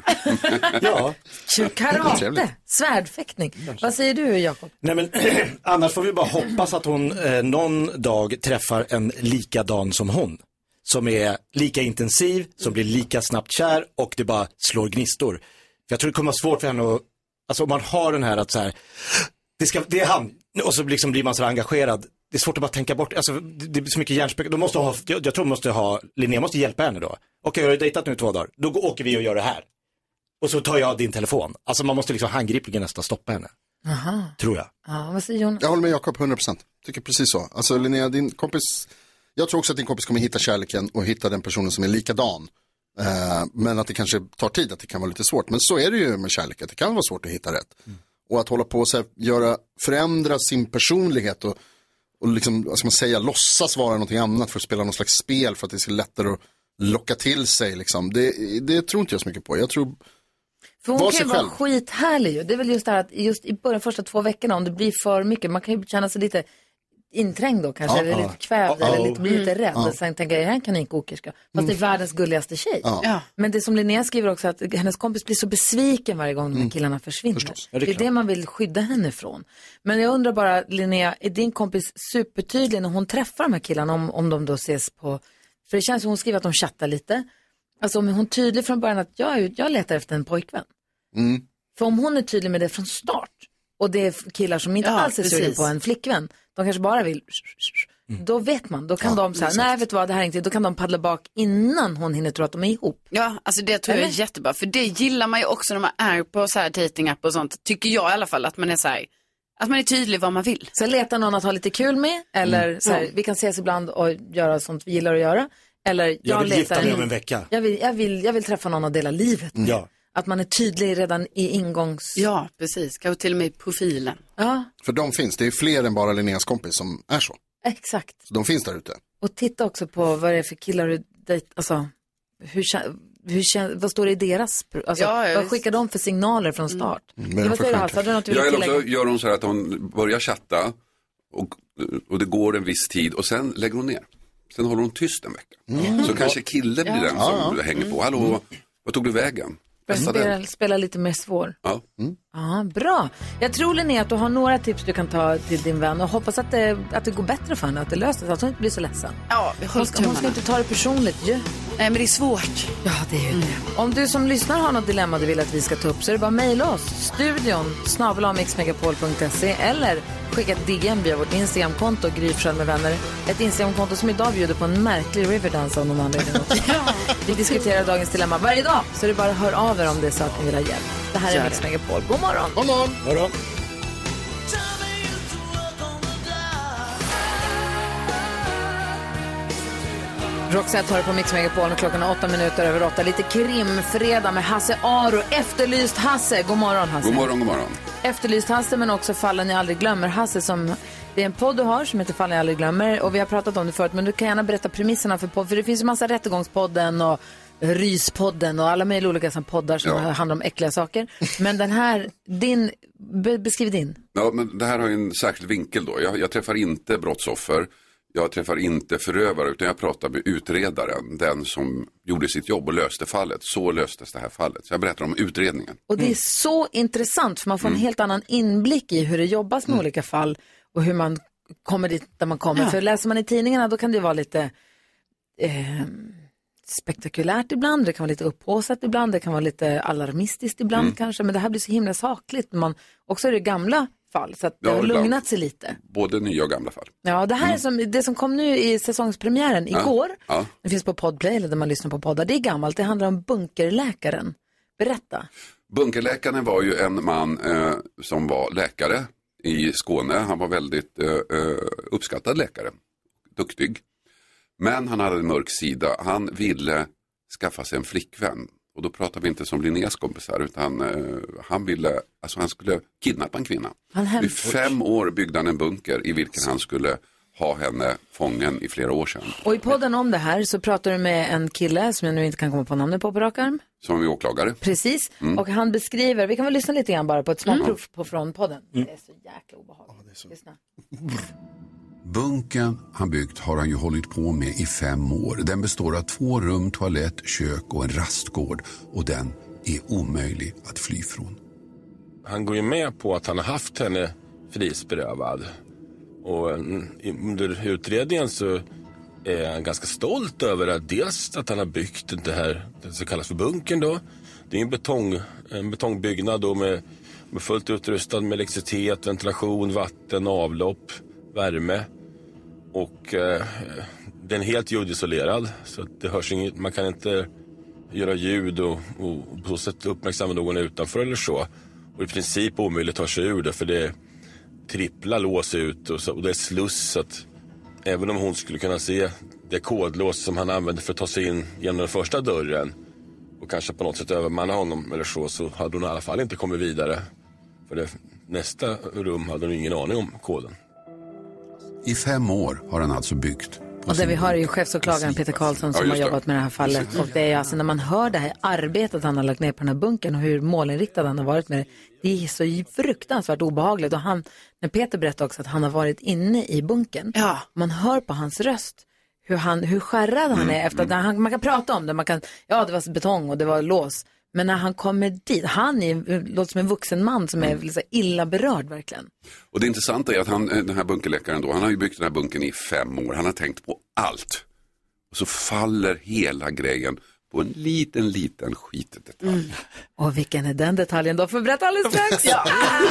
Ja. Karate, svärdfäktning. Vad säger du, Jakob? Nej, men annars får vi bara hoppas att hon eh, någon dag träffar en likadan som hon. Som är lika intensiv, som blir lika snabbt kär och det bara slår gnistor. För jag tror det kommer vara svårt för henne att, alltså om man har den här att så här, det, ska, det är han, och så liksom blir man så engagerad. Det är svårt att bara tänka bort, alltså det det blir så mycket hjärnspöken. De måste ha, jag, jag tror de måste ha, Linnea måste hjälpa henne då. Okej, jag har dejtat nu två dagar, då går, åker vi och gör det här. Och så tar jag din telefon. Alltså man måste liksom handgripligen nästan stoppa henne. Aha. Tror jag. Ja, vad säger Jonas? Jag håller med Jakob hundra procent. Tycker precis så. Alltså Linnea, din kompis, jag tror också att din kompis kommer hitta kärleken och hitta den personen som är likadan. Uh, men att det kanske tar tid, att det kan vara lite svårt. Men så är det ju med kärlek, att det kan vara svårt att hitta rätt. Mm. Och att hålla på och så här, göra, förändra sin personlighet och, och liksom, vad ska man säga, låtsas vara någonting annat för att spela någon slags spel för att det ska lättare att locka till sig liksom. Det, det tror inte jag så mycket på. Jag tror... För hon kan ju vara skithärlig ju. Det är väl just det här att just i början första två veckorna om det blir för mycket, man kan ju känna sig lite inträngd då kanske, Ja, eller ja. lite kvävd Ja, ja. eller lite, blir lite rädd. Ja. Och sen tänker jag, jag är en kaninkokerska. Fast Mm. det är världens gulligaste tjej. Ja. Ja. Men det som Linnea skriver också, att hennes kompis blir så besviken varje gång de här Mm. killarna försvinner. Förstås. Ja, det, är det man vill skydda henne från. Men jag undrar bara, Linnea, är din kompis supertydlig när hon träffar de här killarna, om, om de då ses på... För det känns som hon skriver att de chattar lite. Alltså om hon är tydlig från början att jag, är- jag letar efter en pojkvän. Mm. För om hon är tydlig med det från start och det är killar som inte Ja, alls är sugna precis. på en flickvän, de kanske bara vill, då vet man, då kan Ja, de säga, exakt. nej vet du vad, det här är inte, då kan de paddla bak innan hon hinner tro att de är ihop. Ja, alltså det tror jag är Eller? jättebra. För det gillar man ju också när man är på så här datingapp och sånt. Tycker jag i alla fall att man är så här, att man är tydlig vad man vill. Så leta någon att ha lite kul med, eller Mm. så här, Ja. vi kan ses ibland och göra sånt vi gillar att göra. Eller jag, Jag vill letar gifta mig om en vecka. Jag vill, jag, vill, jag vill träffa någon och dela livet. Mm. Ja. Att man är tydlig redan i ingångs... Ja, precis. Kanske till och med i profilen. Ja, För de finns, det är fler än bara Linneas kompis som är så. exakt. Så de finns där ute. Och titta också på vad det är för killar du dejt, alltså hur, kä- hur kä- vad står det i deras, pro- alltså, Ja, ja, vad visst. skickar de för signaler från start? Mm, Mm. Vad säger du, Hans? Har du något du Ja, vill eller tillägga? också gör hon så här att hon börjar chatta och, och det går en viss tid och sen lägger hon ner. Sen håller hon tyst en vecka. Mm. Så kanske killen blir Ja. den som Ja, ja. hänger på. Hallå, vad tog du vägen? Testa den. Spela, spela lite mer svår. Ja. Ja, bra. Jag tror Linnea att du har några tips du kan ta till din vän och hoppas att det, att det går bättre för henne, att det löser sig, att hon inte blir så ledsen. Ja, vi Hon håller ska, hon ska tummarna. inte ta det personligt ju. Nej, men det är svårt. Ja, det är ju det. Om du som lyssnar har något dilemma du vill att vi ska ta upp så är det bara att mejla oss. Studion snabel-a mixmegapol punkt se eller skicka ett D M via vårt Instagramkonto Gry Forssell med vänner. Ett Instagramkonto som idag bjuder på en märklig riverdance av någon anledning. Vi diskuterar dagens dilemma varje dag, så det är bara att höra av er om det är så att ni vill ha hjälp. Det här är Gör Mix Megapol. God morgon! God morgon! Morgon. Roxette hör på Mix Megapol och klockan är åtta minuter över åtta. Lite krimfredag med Hasse Aro. Efterlyst Hasse. God morgon Hasse. God morgon, god morgon. Efterlyst Hasse, men också Fallen jag aldrig glömmer. Hasse, som det är en podd du har som heter Fallen jag aldrig glömmer. Och vi har pratat om det förut, men du kan gärna berätta premisserna för podd. För det finns ju massa Rättegångspodden och Ryspodden och alla möjliga olika såna poddar som Ja. handlar om äckliga saker. Men den här, din, be, beskriv din. Ja, men det här har ju en särskild vinkel då. Jag, jag träffar inte brottsoffer. Jag träffar inte förövare, utan jag pratar med utredaren. Den som gjorde sitt jobb och löste fallet. Så löstes det här fallet. Så jag berättar om utredningen. Och det är så intressant, för man får en helt annan inblick i hur det jobbas med olika fall och hur man kommer dit där man kommer. Ja. För läser man i tidningarna då kan det vara lite eh, spektakulärt ibland. Det kan vara lite upphåsat ibland. Det kan vara lite alarmistiskt ibland Mm. kanske. Men det här blir så himla sakligt. Man, också är det gamla fall. Så att det Ja, har ibland. lugnat sig lite. Både nya och gamla fall. Ja, det här Mm. är som, det som kom nu i säsongspremiären Ja. igår. Ja. Det finns på Podplay eller där man lyssnar på poddar. Det är gammalt. Det handlar om bunkerläkaren. Berätta. Bunkerläkaren var ju en man eh, som var läkare i Skåne. Han var väldigt eh, eh, uppskattad läkare, duktig. Men han hade en mörk sida. Han ville skaffa sig en flickvän. Och då pratar vi inte som Linneas kompisar utan eh, han ville, alltså han skulle kidnappa en kvinna. Han I fem år byggde han en bunker i vilken han skulle ha henne fången i flera år sedan. Och i podden om det här så pratar du med en kille som jag nu inte kan komma på namnet på på rak arm. Som är åklagare. Precis. Mm. Och han beskriver, vi kan väl lyssna lite grann bara på ett smakprov Mm. på från podden. Mm. Det är så jäkla obehagligt. Lyssna. Bunkern han byggt har han ju hållit på med i fem år. Den består av två rum, toalett, kök och en rastgård. Och den är omöjlig att fly från. Han går ju med på att han har haft henne frihetsberövad. Och mm, under utredningen så är han ganska stolt över att dels att han har byggt det här, det som kallas för bunkern då. Det är en, betong, en betongbyggnad då med, med fullt utrustad med elektricitet, ventilation, vatten, avlopp, värme. Och eh, den är helt ljudisolerad så att det hörs inget, man kan inte göra ljud och, och på så sätt uppmärksamma någon utanför eller så. Och i princip omöjligt att ta sig ur det för det är trippla lås ut och, så, och det är sluss så att även om hon skulle kunna se det kodlås som han använde för att ta sig in genom den första dörren och kanske på något sätt övermanna honom eller så, så hade hon i alla fall inte kommit vidare. För det, nästa rum hade hon ingen aning om koden. I fem år har han alltså byggt. Och det vi har är ju chefsåklagaren Peter Karlsson som Ja, har just det. jobbat med det här fallet. Och det är alltså när man hör det här arbetet han har lagt ner på den här bunkern och hur målinriktad han har varit med det. Det är så fruktansvärt obehagligt. Och han, när Peter berättade också att han har varit inne i bunkern. Ja. Man hör på hans röst hur, han, hur skärrad han är. Efter att han, man kan prata om det. Man kan, ja, det var betong och det var lås. Men när han kommer dit, han är, låter som en vuxen man som är så illa berörd verkligen. Och det intressanta är att han, den här bunkerläkaren då, han har ju byggt den här bunkern i fem år. Han har tänkt på allt. Och så faller hela grejen på en liten, liten skitdetalj. Mm. Och vilken är den detaljen då? Får vi berätta alldeles strax. Ja.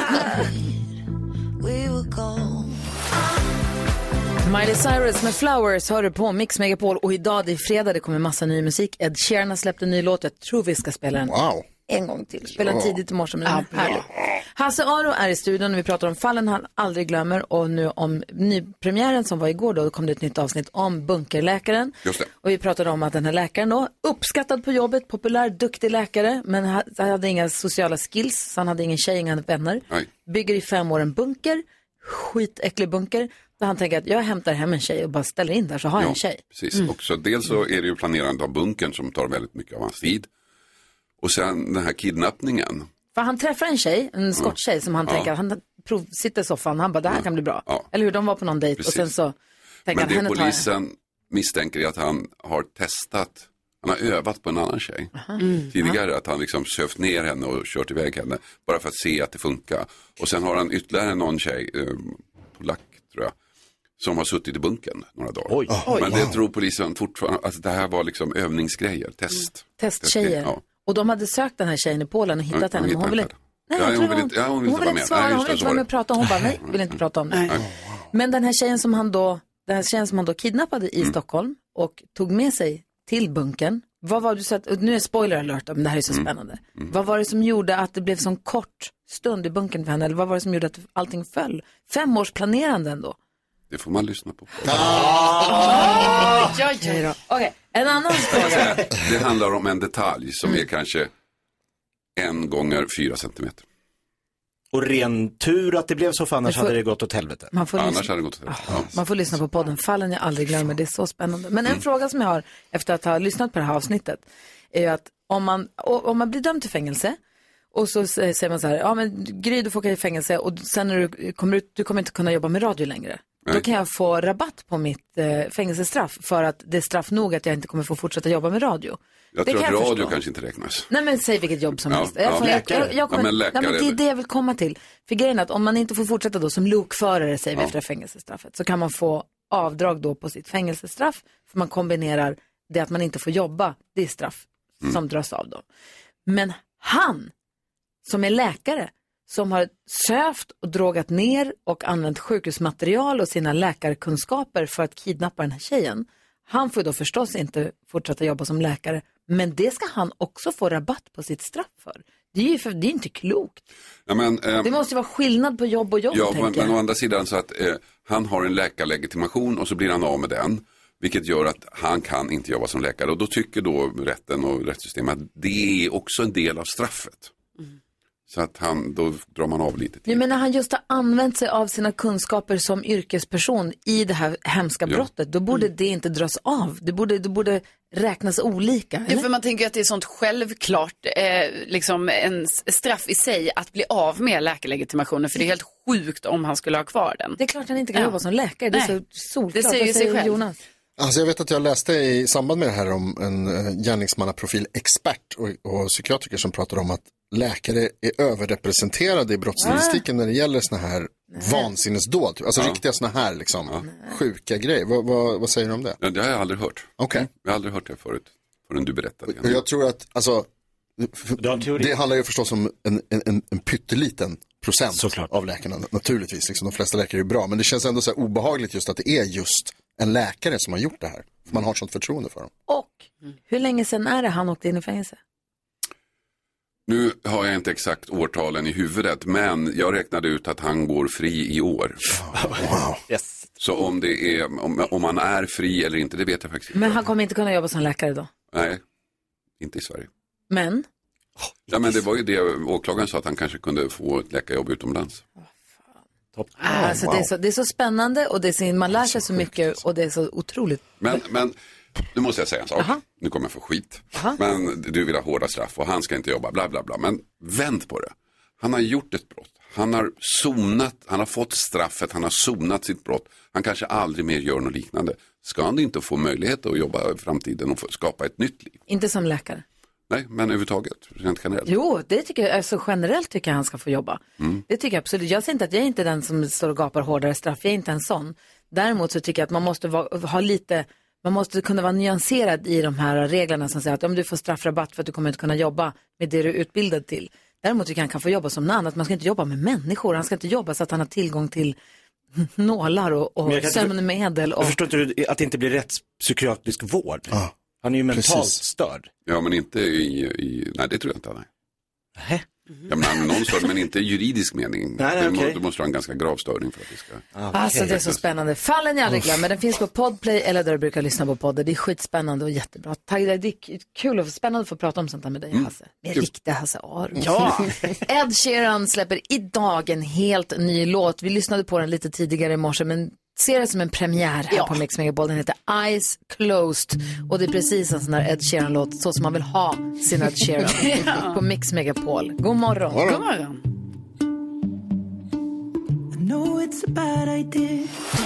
Miley Cyrus med Flowers hör du på Mix Megapol och idag det är fredag, det kommer massa ny musik. Ed Sheeran har släppt en ny låt, jag tror vi ska spela den wow. en gång till. Spela den Ja. tidigt i morse men den är härlig. Hasse Aro är i studion och vi pratar om fallen han aldrig glömmer och nu om nypremiären som var igår då, då kom det ett nytt avsnitt om bunkerläkaren. Just det. Och vi pratade om att den här läkaren då, uppskattad på jobbet, populär, duktig läkare, men han hade inga sociala skills, så han hade ingen tjej, inga vänner. Nej. Bygger i fem år en bunker, skitäcklig bunker, där han tänker att jag hämtar hem en tjej och bara ställer in där så har jag en tjej. Precis, Mm. och så dels så är det ju planerandet av bunkern som tar väldigt mycket av hans tid. Och sen den här kidnappningen. För han träffar en tjej, en skotttjej som han Ja. tänker, han prov, sitter i soffan, han bara det här kan bli bra. Ja. Eller hur, de var på någon dejt Precis. och sen så tänker Men han, det henne tar jag. polisen misstänker är att han har testat, han har övat på en annan tjej. Mm. Tidigare att han liksom sövt ner henne och kört iväg henne bara för att se att det funkar. Och sen har han ytterligare någon tjej, eh, polack tror jag, som har suttit i bunkern några dagar. Oj. Men Oj. det tror polisen fortfarande, alltså det här var liksom övningsgrejer, test. Testtjejer. Ja. Och de hade sökt den här tjejen i Polen och hittat Ja, henne, men hon ville inte. Nej, Ja, jag hon tror vill inte- ja, hon vill inte vara med. svara, Nej, just hon det, vill inte så vara var med det. och prata, hon bara nej, vill inte prata om det. Nej. Men den här tjejen som han då, den här tjejen som han då kidnappade i Mm. Stockholm och tog med sig till bunkern. Vad var det så att, och nu är spoiler alert, men det här är så Mm. spännande. Vad var det som gjorde att det blev sån kort stund i bunkern för henne? Eller vad var det som gjorde att allting föll? Fem års planerande ändå. Det får man lyssna på. Okej okay, då. Okej, en annan fråga. Det handlar om en detalj som Mm. är kanske en gånger fyra centimeter. Och ren tur att det blev så, för annars Det får- hade det gått åt helvete. Man får Annars lyssna. hade det gått åt helvete. Ja. Man får lyssna på podden Fallen jag aldrig glömmer, det är så spännande. Men en Mm. fråga som jag har efter att ha lyssnat på det här avsnittet är ju att om man, o- om man blir dömd till fängelse och så säger man så här, ja men Gry du får åka i fängelse och sen när du kommer ut, du kommer inte kunna jobba med radio längre. Nej. Då kan jag få rabatt på mitt eh, fängelsestraff för att det är straff nog att jag inte kommer få fortsätta jobba med radio. Jag det tror kan att jag radio förstå. kanske inte räknas. Nej, men säg vilket jobb som Ja, helst. ja, Jag får, jag, läkare. jag, jag kommer, Ja, men läkare nej, men det är eller- det jag vill komma till. För grejen är att om man inte får fortsätta då som lokförare, säger vi Ja. efter fängelsestraffet, så kan man få avdrag då på sitt fängelsestraff. För man kombinerar det att man inte får jobba, det är straff Mm. som dras av då. Men han som är läkare, som har sövt och drogat ner och använt sjukhusmaterial och sina läkarkunskaper för att kidnappa den här tjejen. Han får då förstås inte fortsätta jobba som läkare, men det ska han också få rabatt på sitt straff för. Det är ju för, det är inte klokt. Ja, men, eh, Det måste ju vara skillnad på jobb och jobb, ja, men, tänker men å jag. andra sidan så att eh, han har en läkarlegitimation och så blir han av med den. Vilket gör att han kan inte jobba som läkare. Och då tycker då rätten och rättssystemet att det är också en del av straffet. Mm. Så att han, då drar man av lite. Ja, men när han just har använt sig av sina kunskaper som yrkesperson i det här hemska Ja. brottet, då borde det inte dras av. Det borde, det borde räknas olika. Ja, för man tänker att det är sånt självklart eh, liksom en straff i sig att bli av med läkarlegitimationen, för det är helt sjukt om han skulle ha kvar den. Det är klart han inte kan Ja. jobba som läkare, det är Nej. så solklart. Det säger ju Vad sig själv. Jonas? Alltså jag vet att jag läste i samband med det här om en uh, gärningsmannaprofil-expert och, och psykiatriker som pratar om att läkare är överrepresenterade i brottsstatistiken när det gäller såna här vansinnesdåd. Alltså Ja. riktiga såna här liksom sjuka grejer. Vad, vad, vad säger du om det? Ja, det har jag aldrig hört. Okej. Jag har aldrig hört det förut. Förrän du berättade. Och jag tror att, alltså, det handlar ju förstås om en, en, en, en pytteliten procent Såklart. av läkarna, naturligtvis. Liksom, de flesta läkare är ju bra, men det känns ändå så här obehagligt just att det är just en läkare som har gjort det här. För man har sånt förtroende för dem. Och hur länge sedan är det han åkte in i fängelse? Nu har jag inte exakt årtalen i huvudet, men jag räknade ut att han går fri i år. Wow. Yes. Så om det är, om, om han är fri eller inte, det vet jag faktiskt inte. Men han kommer inte kunna jobba som läkare då? Nej, inte i Sverige. Men? Ja, men det var ju det åklagaren sa, att han kanske kunde få ett läkarjobb utomlands. Alltså, wow. det, är så, det är så spännande och det är så, man lär sig så mycket och det är så otroligt. Men, men nu måste jag säga en sak. Aha. Nu kommer jag få skit. Aha. Men du vill ha hårda straff och han ska inte jobba, bla bla bla. Men vänd på det. Han har gjort ett brott. Han har sonat, han har fått straffet, han har sonat sitt brott. Han kanske aldrig mer gör något liknande. Ska han inte få möjlighet att jobba i framtiden och få skapa ett nytt liv? Inte som läkare. Nej, men överhuvudtaget, rent generellt. Jo, det tycker jag, alltså generellt tycker jag han ska få jobba. Mm. Det tycker jag absolut. Jag säger inte att jag är inte den som står och gapar hårdare straff. Jag är inte en sån. Däremot så tycker jag att man måste vara, ha lite, man måste kunna vara nyanserad i de här reglerna som säger att om du får straffrabatt för att du kommer inte kunna jobba med det du är utbildad till. Däremot tycker jag han kan få jobba som något annat. Man ska inte jobba med människor. Han ska inte jobba så att han har tillgång till nålar och, Men och jag kan inte- sömnmedel. Och... Jag förstår inte hur- att det inte blir rättspsykiatrisk vård. Han är ju mentalt Precis. störd. Ja, men inte i, i nej det tror jag inte han är. Nähä. Jag menar, någon störd, men inte i juridisk mening. Nej, nej, du, må, okej. du måste ha en ganska grav störning för att det ska... Alltså det är så spännande. Fallen jag aldrig glömmer. Den finns på Podplay eller där du brukar lyssna på podden. Det är skitspännande och jättebra. Tack, det är kul och spännande att få prata om sånt här med dig, Hasse. Med Kul. riktiga Hasse Aro. Ja. Ed Sheeran släpper idag en helt ny låt. Vi lyssnade på den lite tidigare i morse, men ser det som en premiär här Ja. på Mix Megapol. Den heter Eyes Closed. Och det är precis en sån här Ed Sheeran-låt, så som man vill ha sin Ed Sheeran Ja. på Mix Megapol. God morgon. God morgon. I know it's a bad idea.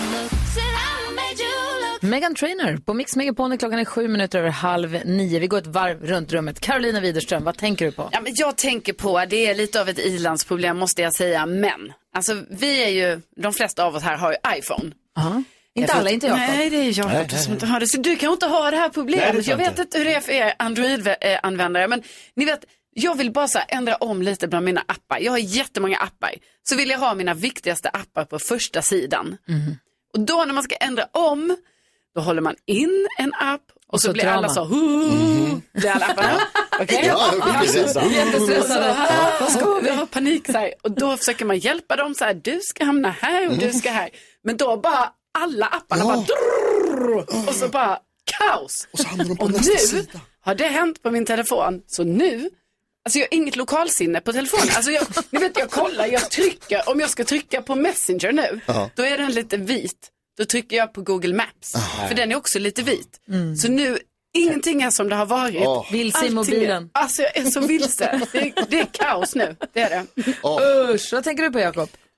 Meghan Trainor på Mix Megapol när klockan är sju minuter över halv nio. Vi går ett varv runt rummet. Carolina Widerström, vad tänker du på? Ja, men jag tänker på, det är lite av ett ilandsproblem måste jag säga, men alltså vi är ju, de flesta av oss här har ju iPhone. Aha. Inte alla, inte jag. Nej, det är jag som inte har det. Så du kan inte ha det här problemet. Nej, det jag tror jag vet inte hur det är för er Android-användare, men ni vet, jag vill bara så här ändra om lite bland mina appar. Jag har jättemånga appar. Så vill jag ha mina viktigaste appar på första sidan. Mm. Och då när man ska ändra om, då håller man in en app och, Och så, så blir drar alla man. så, mm. blir alla apparna. Okej? Ja, jag blir stressad. Jättestressade. Vad ska vi ha panik så här. Och då försöker man hjälpa dem så här, du ska hamna här och du ska här. Men då bara, alla apparna Ja. bara drrrr, och så bara kaos. Och så hamnar de på Och nästa nu sida. har det hänt på min telefon. Så nu, alltså jag har inget lokalsinne på telefonen. Alltså jag, ni vet jag kollar, jag trycker, om jag ska trycka på Messenger nu, Ja. då är den lite vit. Då trycker jag på Google Maps, för den är också lite vit. Så nu, ingenting är som det har varit. Åh. Vilse i Allting mobilen. Är, alltså jag är så vilse. Det är, det är kaos nu, det är det. Åh. Usch, vad tänker du på, Jakob?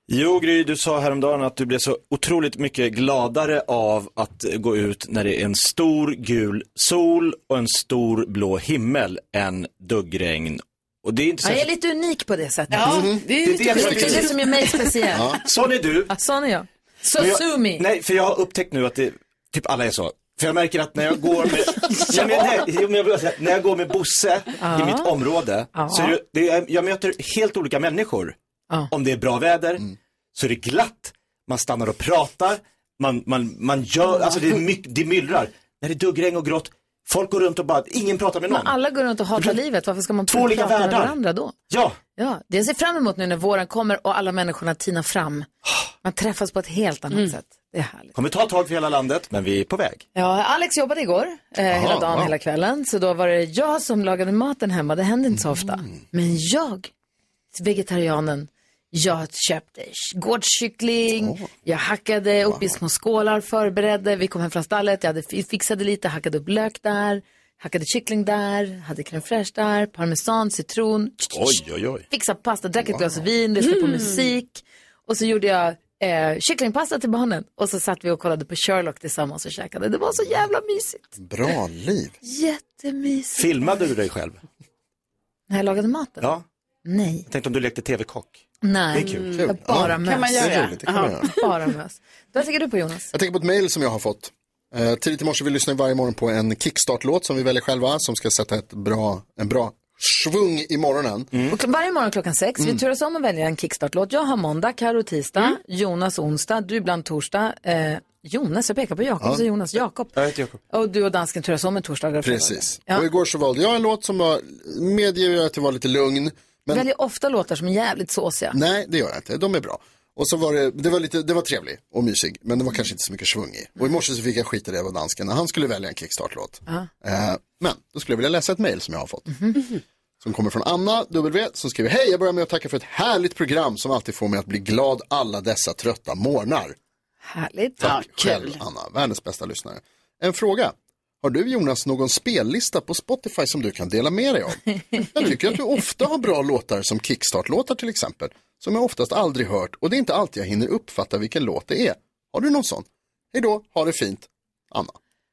Jo, Gry, du sa häromdagen att du blev så otroligt mycket gladare av att gå ut när det är en stor gul sol och en stor blå himmel än duggregn. Och det är inte så... ja, jag är lite unik på det sättet. Ja, mm. det är, det, är det, det, det som gör mig speciell. Ja. Sån är du. Ja, sån är jag. Så sumi. Nej, för jag har upptäckt nu att det, typ alla är så. För jag märker att när jag går med, ja, men, nej, jag, men jag säga, när jag går med Bosse ja. i mitt område ja. så är det, det är, jag möter helt olika människor. Ja. Om det är bra väder mm. så är det glatt, man stannar och pratar, man, man, man gör, alltså det är mycket, det myllrar. När det är duggregn och grått, folk går runt och bara, ingen pratar med någon. Men alla går runt och hatar livet, varför ska man två olika prata världar med varandra då? Ja. Ja, det jag ser fram emot nu när våren kommer och alla människorna tinar fram. Man träffas på ett helt annat mm. sätt. Det är härligt. Kommer ta ett tag för hela landet, men vi är på väg. Ja, Alex jobbade igår, eh, Aha, hela dagen, wow. hela kvällen. Så då var det jag som lagade maten hemma. Det hände inte så ofta. Mm. Men jag, vegetarianen, jag köpte gårdskyckling. Oh. Jag hackade upp wow. i små skålar, förberedde. Vi kom hem från stallet, jag hade fixade lite, hackade upp lök där. Hackade kyckling där, hade crème fraîche där, parmesan, citron. Oj, oj, oj. Fixade pasta, drack ett glas vin, lyssnade mm. på musik. Och så gjorde jag eh, kycklingpasta till barnen. Och så satt vi och kollade på Sherlock tillsammans och käkade. Det var så jävla mysigt. Bra liv. Jättemysigt. Filmade du dig själv? När jag lagade maten? Ja. Nej. Jag tänkte om du lekte tv-kock. Nej. Det är kul. Mm. Bara ja. mös. Kan man göra? Det är roligt, det kan man göra. Bara mös. Vad tänker du på, Jonas? Jag tänker på ett mejl som jag har fått. Eh, tidigt i morse vi lyssnar varje morgon på en kickstart-låt som vi väljer själva, som ska sätta ett bra, en bra svung i morgonen. Mm. Och varje morgon klockan sex, mm. vi turas om att välja en kickstart-låt. Jag har måndag, Karo tisdag, mm. Jonas onsdag, du ibland torsdag. Eh, Jonas, jag pekar på Jakob, ja. så Jonas, Jakob. Jag heter Jakob. Och du och dansken turas om en torsdag. Precis. Ja. Och igår så valde jag en låt som var, medger jag att det var lite lugn. Men... Du väljer ofta låtar som är jävligt såsiga. Nej, det gör jag inte. De är bra. Och så var det, det var lite, det var trevlig och mysig, men det var kanske inte så mycket svung i. Och i morse så fick jag skita det av dansken när han skulle välja en kickstart-låt. Uh-huh. Eh, men då skulle jag vilja läsa ett mejl som jag har fått. Mm-hmm. Som kommer från Anna W som skriver: hej, jag börjar med att tacka för ett härligt program som alltid får mig att bli glad alla dessa trötta morgnar. Härligt. Tack ja, själv, Anna, världens bästa lyssnare. En fråga. Har du, Jonas, någon spellista på Spotify som du kan dela med dig av? Jag tycker att du ofta har bra låtar som kickstart-låtar till exempel, som jag oftast aldrig hört, och det är inte alltid jag hinner uppfatta vilken låt det är. Har du någon sån? Hej då, ha det fint. Anna.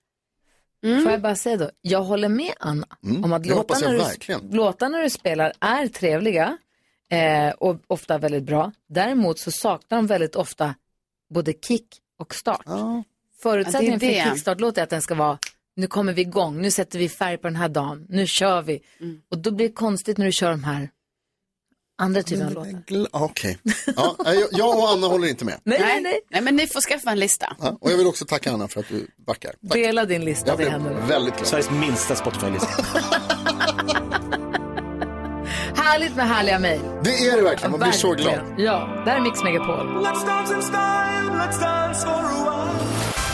Mm. Får jag bara säga då, jag håller med Anna mm. om att låtarna du, låtarna du spelar är trevliga eh, och ofta väldigt bra. Däremot så saknar de väldigt ofta både kick och start. Ja. Förutsättningen ja, för en kickstart-låt är att den ska vara: nu kommer vi igång, nu sätter vi färg på den här dagen, nu kör vi. Mm. Och då blir det konstigt när du kör de här andra typen av låtar. Okej. Okay. Ja, jag och Anna håller inte med. Nej, nej, nej. Nej, men ni får skaffa en lista. Ja, och jag vill också tacka Anna för att du backar. Tack. Dela din lista. Jag blir väldigt glad. Sveriges minsta Spotify-lista. Härligt med härliga mejl. Det är det verkligen, man blir så glad. Ja, där är Mix Megapol. Let's dance in style, let's dance for a while.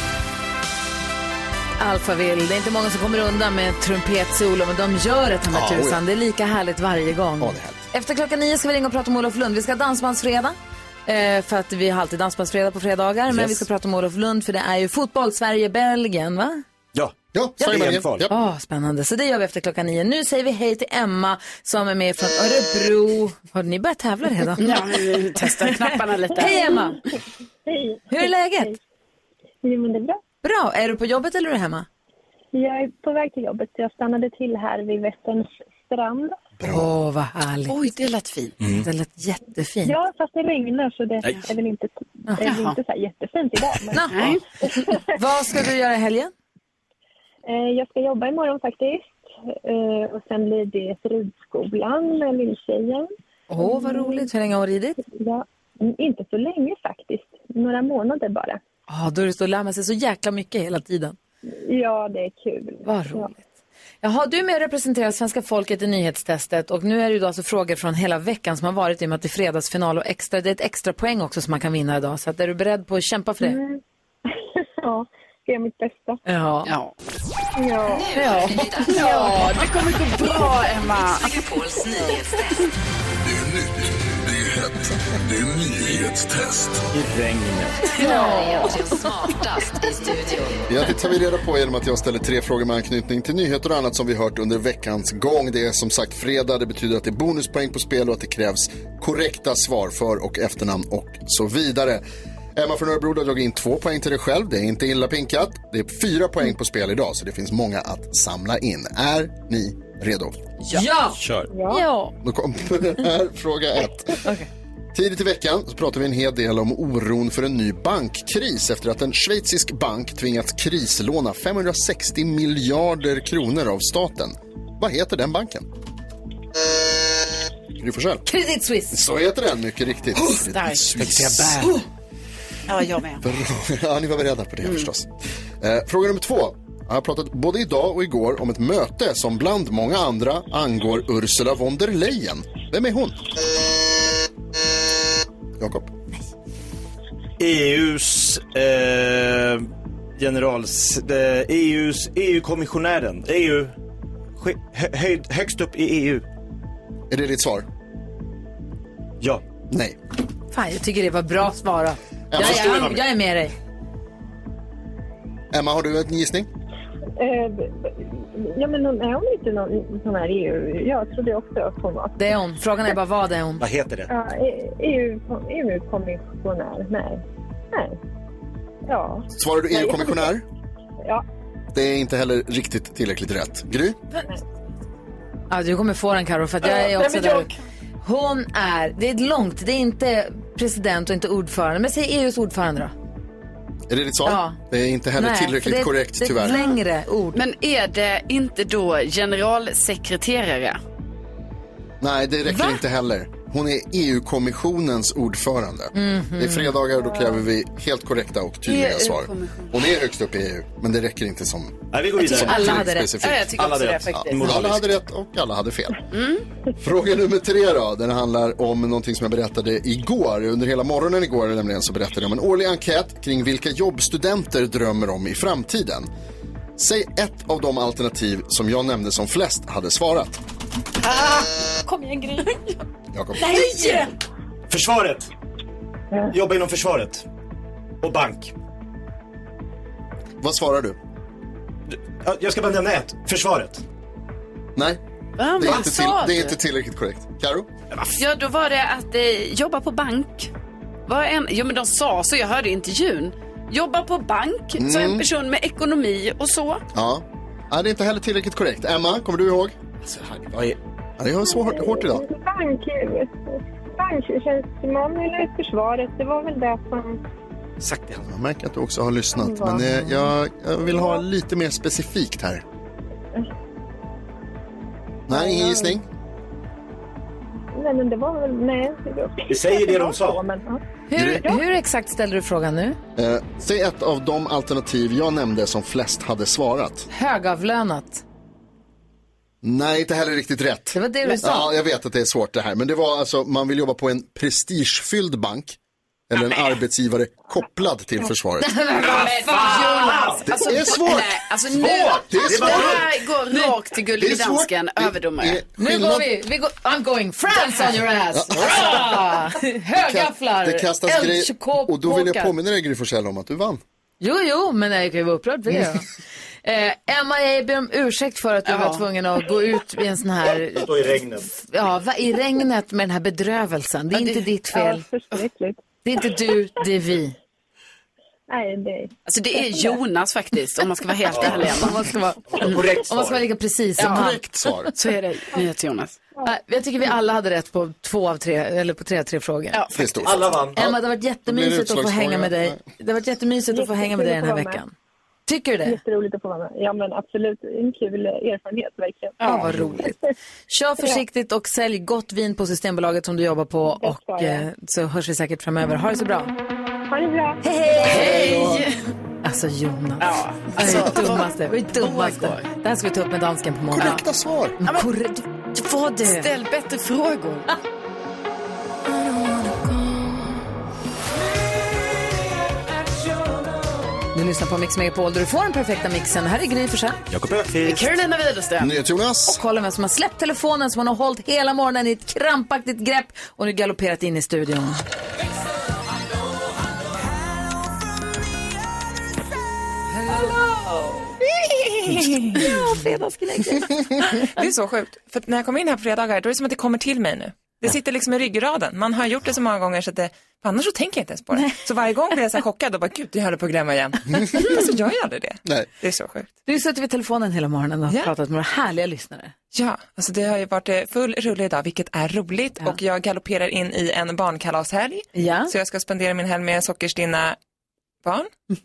Alphaville, det är inte många som kommer undan med trumpetsolo, men de gör det med tusan. Ja, det är lika härligt varje gång. Ja, efter klockan nio ska vi ringa och prata om Olof Lund. Vi ska ha dansbandsfredag, eh, för att vi har alltid dansbandsfredag på fredagar. Yes. Men vi ska prata om Olof Lund, för det är ju fotboll, Sverige-Belgien, va? Ja, ja, ja Sverige-Belgien. Ja. Oh, spännande, så det gör vi efter klockan nio. Nu säger vi hej till Emma som är med från Örebro. Har ni börjat tävla redan? Ja, vi testar knapparna lite. Hej Emma! Hej! Hur är läget? Hej. Jo, men det är bra. Bra, är du på jobbet eller är du hemma? Jag är på väg till jobbet. Jag stannade till här vid Vätterns strand. Åh, oh, vad härligt. Oj, det lät fint. Mm. Det lät jättefint. Ja, fast det regnar så det Nej. är väl inte, det är inte så här jättefint idag. Men... Nej. Vad ska du göra i helgen? Jag ska jobba imorgon faktiskt. Och sen blir det ridskolan med lilltjejen. Åh, oh, vad roligt. Hur länge har du ridit? Ja, inte så länge faktiskt. Några månader bara. Ja, oh, då är det så lär man sig så jäkla mycket hela tiden. Ja, det är kul. Vad roligt. Ja. Jaha, du är med och representerar svenska folket i nyhetstestet. Och nu är det ju då alltså frågor från hela veckan som har varit i och med att det är fredagsfinal och extra. Det är ett extra poäng också som man kan vinna idag. Så att är du beredd på att kämpa för det? Mm. Ja, det är mitt bästa. Ja. Ja. Ja. Ja. Ja, det kommer gå bra, Emma. Megapools nyhetstest. Det är nytt, det är hett, Det är nyhetstest. I regnet. Ja, egentligen smartast i studion. Ja, det tar vi reda på genom att jag ställer tre frågor med anknytning till nyheter och annat som vi hört under veckans gång. Det är som sagt fredag, det betyder att det är bonuspoäng på spel och att det krävs korrekta svar för och efternamn och så vidare. Emma från Örebro har dragit in två poäng till dig själv. Det är inte illa pinkat. Det är fyra poäng på spel idag, så det finns många att samla in. Är ni redo? Ja! ja. Kör. Ja. Då kommer den här fråga ett. Okay. Tidigt i veckan så pratar vi en hel del om oron för en ny bankkris efter att en schweizisk bank tvingats krislåna femhundrasextio miljarder kronor av staten. Vad heter den banken? Gry Forssell. Credit Suisse. Så heter den, mycket riktigt. Oh, Credit Suisse. Oh. Ja, jag med. Ja, ni var beredda på det mm. förstås. Eh, fråga nummer två. Jag har pratat både idag och igår om ett möte som bland många andra angår Ursula von der Leyen. Vem är hon? Jakob. E U:s eh, generals eh, E U:s E U-kommissionären E U hö, höjd, högst upp i E U. Är det ditt svar? Ja. Nej. Fan, jag tycker det var bra svarat. Jag, jag, jag, jag är med dig. Emma, har du en gissning? Uh, ja, men hon är hon inte någon sån här E U? Jag trodde också att hon var. Det är hon. Frågan är bara vad är hon? Vad heter det? Ja, E U-kommissionär. Nej. Nej. Ja. Svarar du E U-kommissionär? Ja. Det är inte heller riktigt tillräckligt rätt. Gry? Ja, du kommer få den, Karo, för att jag är också där. Hon är, det är långt, det är inte president och inte ordförande, men säg E U:s ordförande då. Är det ditt svar? Ja. Det är inte heller Nej, tillräckligt det, korrekt, det tyvärr. Det är ett längre ord. Men är det inte då generalsekreterare? Nej, det räcker Va? inte heller. Hon är E U-kommissionens ordförande. Mm-hmm. Det är fredagar och då kräver vi helt korrekta och tydliga svar. Hon är högst upp i E U, men det räcker inte som... Nej, vi går vidare. Alla hade rätt. Ja, jag tycker alla också hade det rätt. faktiskt. Ja, alla hade rätt och alla hade fel. Mm. Fråga nummer tre då, den handlar om någonting som jag berättade igår. Under hela morgonen igår nämligen så berättade jag om en årlig enkät kring vilka jobb studenter drömmer om i framtiden. Säg ett av de alternativ som jag nämnde som flest hade svarat. Ah, kom igen, Gry. Jakob. Nej! Försvaret. Jobba inom försvaret. Och bank. Vad svarar du? Jag ska bara nämna ett. Försvaret. Nej. Va, det, är vad inte till, sa det är du? inte tillräckligt korrekt. Karo? Ja, då var det att eh, jobba på bank. Var en, jo, men de sa så, jag hörde intervjun. Jobba på bank, Mm. så en person med ekonomi och så. Ja. Ja, det är inte heller tillräckligt korrekt. Emma, kommer du ihåg? Alltså, vad är... Ja, det var så hårt, hårt idag. Bank, banktjänsteman eller försvaret, det var väl det som... Exakt det. Jag märker att du också har lyssnat. Men eh, jag, jag vill ha lite mer specifikt här. Nej, ingen gissning. Nej, men det var väl... Nej, Vi säger det de sa. Men, ja. Hur, hur exakt ställer du frågan nu? Eh, säg ett av de alternativ jag nämnde som flest hade svarat. Högavlönat. Nej, inte heller riktigt rätt. Det var det du sa. Ja, jag vet att det är svårt det här. Men det var alltså, man vill jobba på en prestigefylld bank. Eller en arbetsgivare kopplad till försvaret. Men Jonas, Det alltså, är svårt. Nej, alltså nu, Det är svårt. det här går rakt till Gullige Det är svårt. Dansken, Det- överdomare. det är Nu skillnad. går vi, vi går, I'm going France on your ass. Ah, högafflar. Det kastas grejer. Eldkåpor. Och då vill jag påminna dig, Gry Forssell, om att du vann. Jo, jo, men jag kan ju vara upprörd för det. Ja. Eh, Emma, jag ber om ursäkt för att du Ja. var tvungen att gå ut i en sån här... Stå i regnet. Ja, va, i regnet med den här bedrövelsen. Det är inte ditt fel. Ja, förskräckligt. Det är inte du, det är vi. Nej, det... Alltså det är Jonas faktiskt, om man ska vara helt ärlig. Om man ska vara, Korrekt om man ska svar. vara lika precis som han. Korrekt svar. Så är det, nyhet Jonas. Eh, Jag tycker vi alla hade rätt på två av tre, eller på tre av tre frågor. Ja, Det är stort. Alla vann. Emma, det har varit Då blir jättemysigt det att få hänga med dig. utslagsfråga. Det har varit jättemysigt att få hänga med dig den här veckan. Tycker du det? Jätteroligt att få vara med. Ja, men absolut. En kul erfarenhet, verkligen. Ja, vad roligt. Kör försiktigt och sälj gott vin på Systembolaget som du jobbar på. Det ska Och jag. eh, så hörs vi säkert framöver. Ha det så bra. Ha det bra. Hej! Hej! Alltså Jonas. Ja, Det är alltså, det dummaste. Det är det dummaste. Det här ska vi ta upp med dansken på måndag. Korrekta svar. Men korrekt. Vad det? Ställ bättre frågor. Du lyssnar på Mix Megapol där du får den perfekta mixen. Här är Gry Forssell. Jakob Öqvist. Carolina Widerström. Jonas. Och kolla vem som har släppt telefonen som hon har hållit hela morgonen i ett krampaktigt grepp och nu galopperat in i studion. Ja, fredagsknäcken. Det är så sjukt. För när jag kommer in här på fredagar, då är det som att det kommer till mig nu. Det sitter liksom i ryggraden. Man har gjort det så många gånger så att det, för annars så tänker jag inte ens på det. Nej. Så varje gång blir jag så här chockad och bara, gud, jag höll på att glömma igen. Alltså jag gör aldrig det. Nej. Det är så sjukt. Du sitter vid telefonen hela morgonen och har ja. pratat med några härliga lyssnare. Ja, alltså det har ju varit full rulle idag, vilket är roligt. Ja. Och jag galopperar in i en barnkalashelg. Ja. Så jag ska spendera min helg med sockerstinna barn.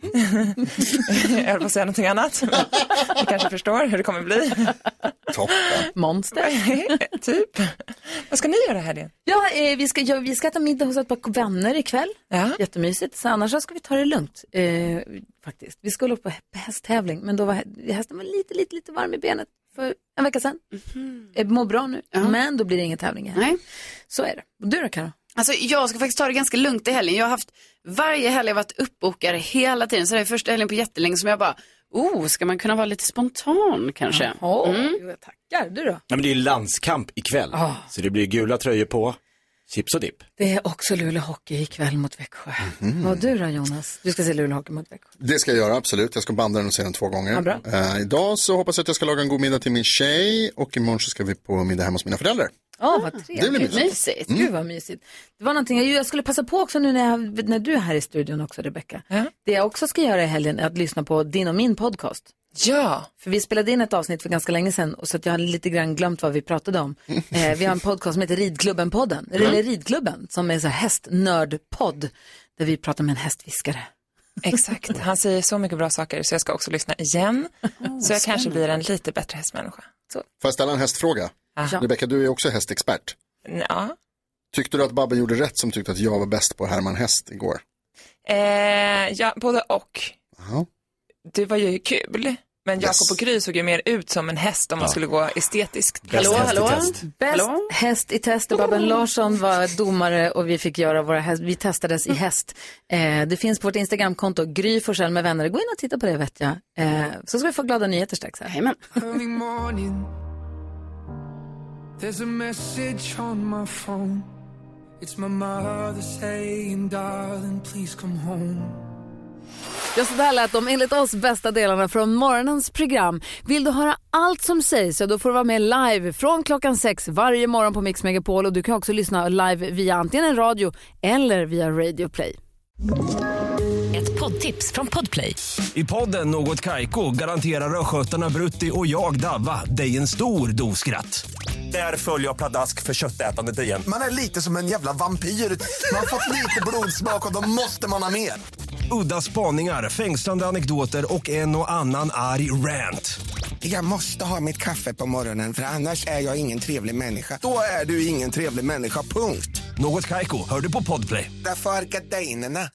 Jag höll på att säga någonting annat. Du kanske förstår hur det kommer bli. Toppen. Monster. Typ. Vad ska ni göra här? Ja, eh, vi, ska, ja, vi ska äta middag hos ett par vänner ikväll. Ja. Jättemysigt. Så annars ska vi ta det lugnt. Eh, faktiskt. Vi skulle upp på hästtävling. Men då var hästen var lite, lite, lite varm i benet för en vecka sedan. Mm-hmm. Jag mår bra nu. Uh-huh. Men då blir det ingen tävling här. Nej. Så är det. Och du då, Karo? Alltså jag ska faktiskt ta det ganska lugnt i helgen. Jag har haft varje helg varit uppbokare hela tiden. Så det är första helgen på jättelänge som jag bara, oh, ska man kunna vara lite spontan kanske? Ja, mm. jag tackar. Du då? Ja, men det är ju landskamp ikväll. Oh. Så det blir gula tröjor på, chips och dipp. Det är också Luleå Hockey ikväll mot Växjö. Mm. Och du då, Jonas? Du ska se Luleå Hockey mot Växjö. Det ska jag göra, absolut. Jag ska banda den och se den två gånger. Ja, bra. Uh, idag så hoppas jag att jag ska laga en god middag till min tjej. Och imorgon så ska vi på middag hemma hos mina föräldrar. Ja, oh, vad trevligt. Det blir mysigt. mysigt. Mm. Gud vad mysigt. Det var någonting, jag skulle passa på också nu när, jag, när du är här i studion också, Rebecca. Ja. Det jag också ska göra i helgen är att lyssna på din och min podcast. Ja. För vi spelade in ett avsnitt för ganska länge sedan och så att jag har lite grann glömt vad vi pratade om. eh, vi har en podcast som heter Ridklubben-podden. Mm. Eller Ridklubben, som är en så här hästnördpodd där vi pratar med en hästviskare. Exakt, han säger så mycket bra saker så jag ska också lyssna igen. Oh, så jag kanske blir en lite bättre hästmänniska. Så. Får jag ställa en hästfråga? Ja. Rebecca, du är också hästexpert. Ja. Tyckte du att Babben gjorde rätt som tyckte att jag var bäst på Herman Häst igår? Eh, ja, både och. Aha. Det var ju kul. Men Jakob yes. och Gry såg ju mer ut som en häst om man ja. skulle gå estetiskt. Hallå, hallå. Bäst hallå? Häst i test. Och Babben Larsson var domare och vi fick göra våra häst. Vi testades i häst. Eh, det finns på vårt Instagramkonto Gry Forssell med vänner. Gå in och titta på det, vet jag. Eh, så ska vi få glada nyheter strax här. Amen. Early morning, there's a message on my phone. It's my mother saying, darling, please come home. Ja, så där lät de enligt oss bästa delarna från morgonens program. Vill du höra allt som sägs så då får du vara med live från klockan sex varje morgon på Mix Megapol. Och du kan också lyssna live via antingen en radio eller via Radio Play. Ett poddtips från Podplay. I podden Något Kaiko garanterar röskötarna Brutti och jag Davva dig en stor doskratt. Där följer jag pladask för köttätandet igen. Man är lite som en jävla vampyr. Man har fått lite blodsmak och då måste man ha mer. Udda spaningar, fängslande anekdoter och en och annan arg rant. Jag måste ha mitt kaffe på morgonen för annars är jag ingen trevlig människa. Då är du ingen trevlig människa, punkt. Något Kaiko, hör du på Podplay. Därför är gardinerna.